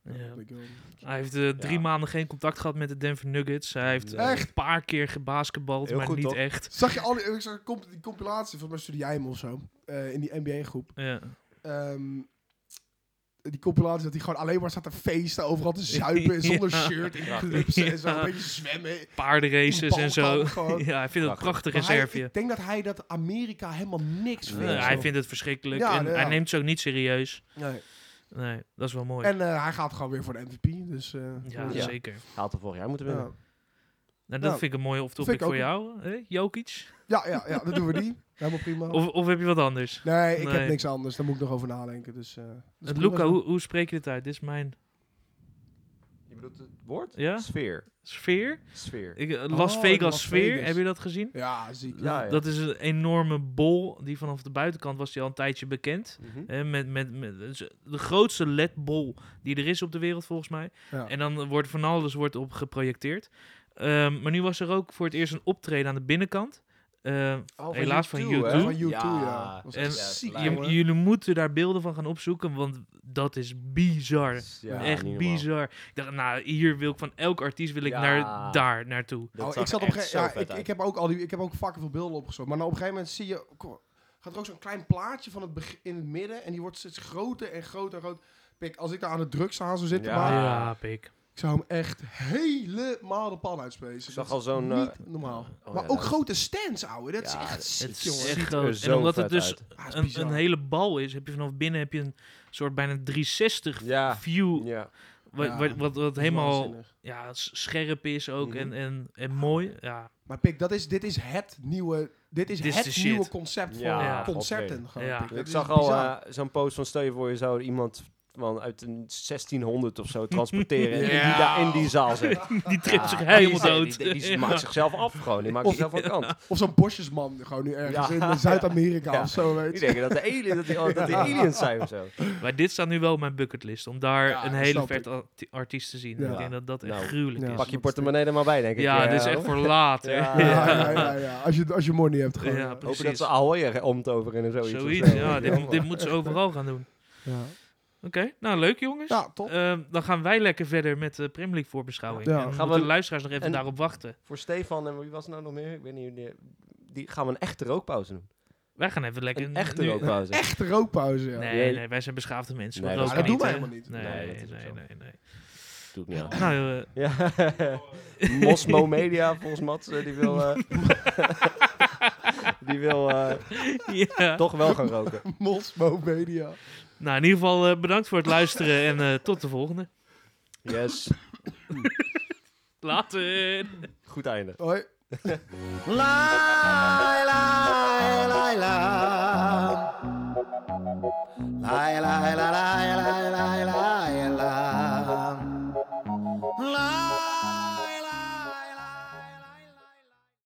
Speaker 1: Ja.
Speaker 3: dat ik, um,
Speaker 1: Hij heeft uh, drie
Speaker 2: Ja.
Speaker 1: maanden geen contact gehad met de Denver Nuggets. Hij heeft
Speaker 2: Nee.
Speaker 1: echt een paar keer gebasketbald,
Speaker 2: Heel
Speaker 1: maar
Speaker 2: goed,
Speaker 1: niet
Speaker 2: toch?
Speaker 1: echt.
Speaker 3: Zag je al die, ik zag comp- die compilatie, volgens mij studie jij hem of zo, uh, in die N B A-groep.
Speaker 1: Ja.
Speaker 3: Um, die compilatie dat hij gewoon alleen maar staat te feesten, overal te zuipen, zonder
Speaker 1: Ja.
Speaker 3: shirt, in
Speaker 2: Ja.
Speaker 3: clubs en zo,
Speaker 1: Ja.
Speaker 3: een beetje zwemmen.
Speaker 1: Paardenraces en zo.
Speaker 3: Balkan gewoon.
Speaker 1: Ja, hij vindt het
Speaker 2: Prachtig.
Speaker 1: prachtig in
Speaker 3: Maar hij-
Speaker 1: Servië.
Speaker 3: ik denk dat hij dat Amerika helemaal niks
Speaker 2: Nee,
Speaker 3: vindt.
Speaker 1: Ja,
Speaker 3: zo.
Speaker 1: hij vindt het verschrikkelijk.
Speaker 3: Ja,
Speaker 1: en
Speaker 3: ja.
Speaker 1: hij neemt ze ook niet serieus.
Speaker 3: Nee.
Speaker 1: Nee, dat is wel mooi.
Speaker 3: En uh, hij gaat gewoon weer voor de M V P. Dus, uh,
Speaker 1: ja,
Speaker 2: Ja.
Speaker 1: zeker.
Speaker 2: Haalt er vorig jaar moeten
Speaker 3: ja.
Speaker 2: winnen.
Speaker 1: Nou, dat
Speaker 3: Ja.
Speaker 1: vind ik een mooie
Speaker 3: Vind
Speaker 1: off-topic
Speaker 3: ik ook
Speaker 1: voor
Speaker 3: een-
Speaker 1: jou, hè? Jokic.
Speaker 3: Ja, ja, ja, dan doen we die. Helemaal prima.
Speaker 1: Of, of heb je wat anders?
Speaker 3: nee, ik
Speaker 1: Nee.
Speaker 3: heb niks anders. Daar moet ik nog over nadenken. Dus, uh, dus
Speaker 1: Uh,
Speaker 3: prima
Speaker 1: Luca,
Speaker 3: zo.
Speaker 1: hoe, hoe spreek je dit uit? Dit is mijn
Speaker 2: Je bedoelt het woord?
Speaker 1: Ja?
Speaker 2: Sfeer.
Speaker 1: sfeer.
Speaker 2: Sfeer.
Speaker 1: Ik, uh,
Speaker 3: Oh,
Speaker 1: Las
Speaker 3: de
Speaker 1: Vegas
Speaker 3: Las
Speaker 1: sfeer,
Speaker 3: Vegas.
Speaker 1: heb je dat gezien?
Speaker 3: Ja, ziek.
Speaker 2: Ja, ja.
Speaker 1: Dat is een enorme bol, die vanaf de buitenkant was die al een tijdje bekend.
Speaker 2: Mhm.
Speaker 1: Hè, met, met, met, dus de grootste L E D-bol die er is op de wereld volgens mij.
Speaker 3: Ja.
Speaker 1: En dan wordt van alles wordt op geprojecteerd. Um, maar nu was er ook voor het eerst een optreden aan de binnenkant. Uh,
Speaker 2: Oh,
Speaker 1: helaas van
Speaker 2: U
Speaker 1: U
Speaker 2: twee,
Speaker 1: twee.
Speaker 2: hè?
Speaker 3: Van U twee, ja.
Speaker 2: Ja.
Speaker 3: Dat was
Speaker 1: En
Speaker 3: echt
Speaker 2: Ja,
Speaker 3: ziek,
Speaker 2: lijp.
Speaker 1: je-
Speaker 3: jongen.
Speaker 1: jullie moeten daar beelden van gaan opzoeken, want dat is bizar.
Speaker 2: Ja,
Speaker 1: Echt
Speaker 2: niet normaal.
Speaker 1: bizar. Ik dacht, nou, hier wil ik van elk artiest wil ik
Speaker 2: Ja.
Speaker 1: naar daar naartoe.
Speaker 2: Dat
Speaker 3: Oh,
Speaker 2: zag
Speaker 3: ik, zat op
Speaker 2: echt
Speaker 3: een
Speaker 2: zo
Speaker 3: gege- ja,
Speaker 2: vet
Speaker 3: ik,
Speaker 2: uit.
Speaker 3: ik heb ook al die, ik heb ook vakken veel beelden opgezocht. Maar nou, op een gegeven moment zie je, ko- gaat er ook zo'n klein plaatje van het beg- in het midden. En die wordt steeds groter en groter en groter. Pik, als ik daar aan de drugs aan zou zitten,
Speaker 2: Ja.
Speaker 3: maar
Speaker 1: Ja, pik.
Speaker 3: ik zou hem echt helemaal de pan uitspezen.
Speaker 2: Ik zag
Speaker 3: Dat
Speaker 2: al
Speaker 3: is
Speaker 2: zo'n,
Speaker 3: niet
Speaker 2: eh,
Speaker 3: normaal.
Speaker 2: oh
Speaker 3: maar
Speaker 2: ja,
Speaker 3: ook
Speaker 2: dat-
Speaker 3: grote stands, ouwe. Dat is
Speaker 2: Ja,
Speaker 3: echt
Speaker 2: het
Speaker 3: ziek,
Speaker 1: Het
Speaker 3: jongen.
Speaker 1: is
Speaker 2: ziet
Speaker 1: echt
Speaker 2: er
Speaker 1: groot.
Speaker 2: zo
Speaker 1: En omdat het
Speaker 2: vet
Speaker 1: dus
Speaker 2: uit.
Speaker 3: Ah, is
Speaker 1: een,
Speaker 3: bizar.
Speaker 1: een hele bal is, heb je vanaf binnen heb je een soort bijna driehonderdzestig
Speaker 2: Ja.
Speaker 1: view.
Speaker 2: Ja.
Speaker 1: Wat,
Speaker 3: Ja,
Speaker 1: wat, wat, wat
Speaker 3: Dat is
Speaker 1: helemaal
Speaker 3: waanzinnig.
Speaker 1: ja, s- scherp is ook
Speaker 2: Mhm.
Speaker 1: en, en, en mooi. Ja,
Speaker 3: Maar Pik, dat is, dit is het nieuwe, dit is
Speaker 1: Dit is
Speaker 3: het
Speaker 1: de shit.
Speaker 3: nieuwe concept
Speaker 2: Ja,
Speaker 3: van
Speaker 1: ja.
Speaker 3: concerten. Gewoon,
Speaker 1: Ja.
Speaker 3: Pik. Dat
Speaker 2: Ik
Speaker 3: is
Speaker 2: zag al
Speaker 3: bizar.
Speaker 2: eh, zo'n post van stel je voor je zou iemand van uit een zestienhonderd of zo transporteren en
Speaker 3: Ja.
Speaker 2: die daar in die zaal zit.
Speaker 1: die tript
Speaker 2: Ja,
Speaker 1: zich
Speaker 2: die
Speaker 1: helemaal
Speaker 2: is-
Speaker 1: dood.
Speaker 2: Die, die, die
Speaker 1: Ja.
Speaker 2: maakt zichzelf af gewoon. Die maakt
Speaker 3: Of-
Speaker 2: zichzelf van kant.
Speaker 3: Of zo'n bosjesman, gewoon nu ergens
Speaker 2: Ja.
Speaker 3: in eh, Zuid-Amerika
Speaker 2: Ja.
Speaker 3: of zo, weet
Speaker 2: Die
Speaker 3: je.
Speaker 2: denken dat, de alien, dat, die, dat die aliens zijn of zo.
Speaker 1: Maar dit staat nu wel op mijn bucketlist. Om daar
Speaker 3: Ja,
Speaker 1: een
Speaker 3: dat
Speaker 1: hele
Speaker 3: snap
Speaker 1: vet arti- artiest te zien.
Speaker 3: Ja.
Speaker 1: Ik denk dat dat echt
Speaker 2: Nou,
Speaker 1: gruwelijk
Speaker 3: ja.
Speaker 1: is.
Speaker 2: Pak je portemonnee er maar bij, denk ik.
Speaker 1: Ja, dit is echt voor later.
Speaker 2: Ja.
Speaker 3: Ja, ja, ja, ja. Als, je, als je money hebt, gewoon.
Speaker 1: Ja,
Speaker 3: Ja.
Speaker 2: Hopen dat
Speaker 1: precies.
Speaker 2: ze Ahoy er omt over in en zoiets. of
Speaker 1: Zoiets,
Speaker 2: zo.
Speaker 1: ja. Dit, dit moeten ze overal gaan doen.
Speaker 3: Ja.
Speaker 1: Oké, nou leuk jongens.
Speaker 3: Ja, top.
Speaker 1: Ehm, dan gaan wij lekker verder met de Premier League voorbeschouwing.
Speaker 3: Ja.
Speaker 1: En
Speaker 2: Gaan
Speaker 1: moeten
Speaker 2: we-
Speaker 1: de luisteraars nog even
Speaker 2: en-
Speaker 1: daarop wachten.
Speaker 2: Voor Stefan en wie was het nou nog meer? Ik weet niet. Die, die gaan we een echte rookpauze doen.
Speaker 1: Wij gaan even lekker...
Speaker 2: Een echte
Speaker 1: nu-
Speaker 2: rookpauze.
Speaker 3: Echte rookpauze, ja.
Speaker 1: Nee,
Speaker 2: Jij-
Speaker 1: nee, wij zijn beschaafde mensen.
Speaker 2: Nee,
Speaker 1: we
Speaker 2: dat-
Speaker 1: roken
Speaker 3: Ja, dat doen
Speaker 1: niet,
Speaker 3: wij
Speaker 1: hè?
Speaker 3: helemaal niet.
Speaker 1: Nee,
Speaker 2: Nee,
Speaker 1: nee,
Speaker 2: dat is ook
Speaker 1: nee,
Speaker 2: zo.
Speaker 1: nee.
Speaker 2: Doe ik niet aan.
Speaker 1: Nou, eh,
Speaker 2: Ja, Mosmo Media, volgens Mats, eh, die wil, eh, die wil eh,
Speaker 1: ja.
Speaker 2: toch wel gaan roken.
Speaker 3: Mosmo Media.
Speaker 1: Nou, in ieder geval eh, bedankt voor het luisteren en eh, tot de volgende.
Speaker 2: Yes,
Speaker 1: Later!
Speaker 2: goed einde.
Speaker 3: Hoi.
Speaker 4: La la la la. La la la la la.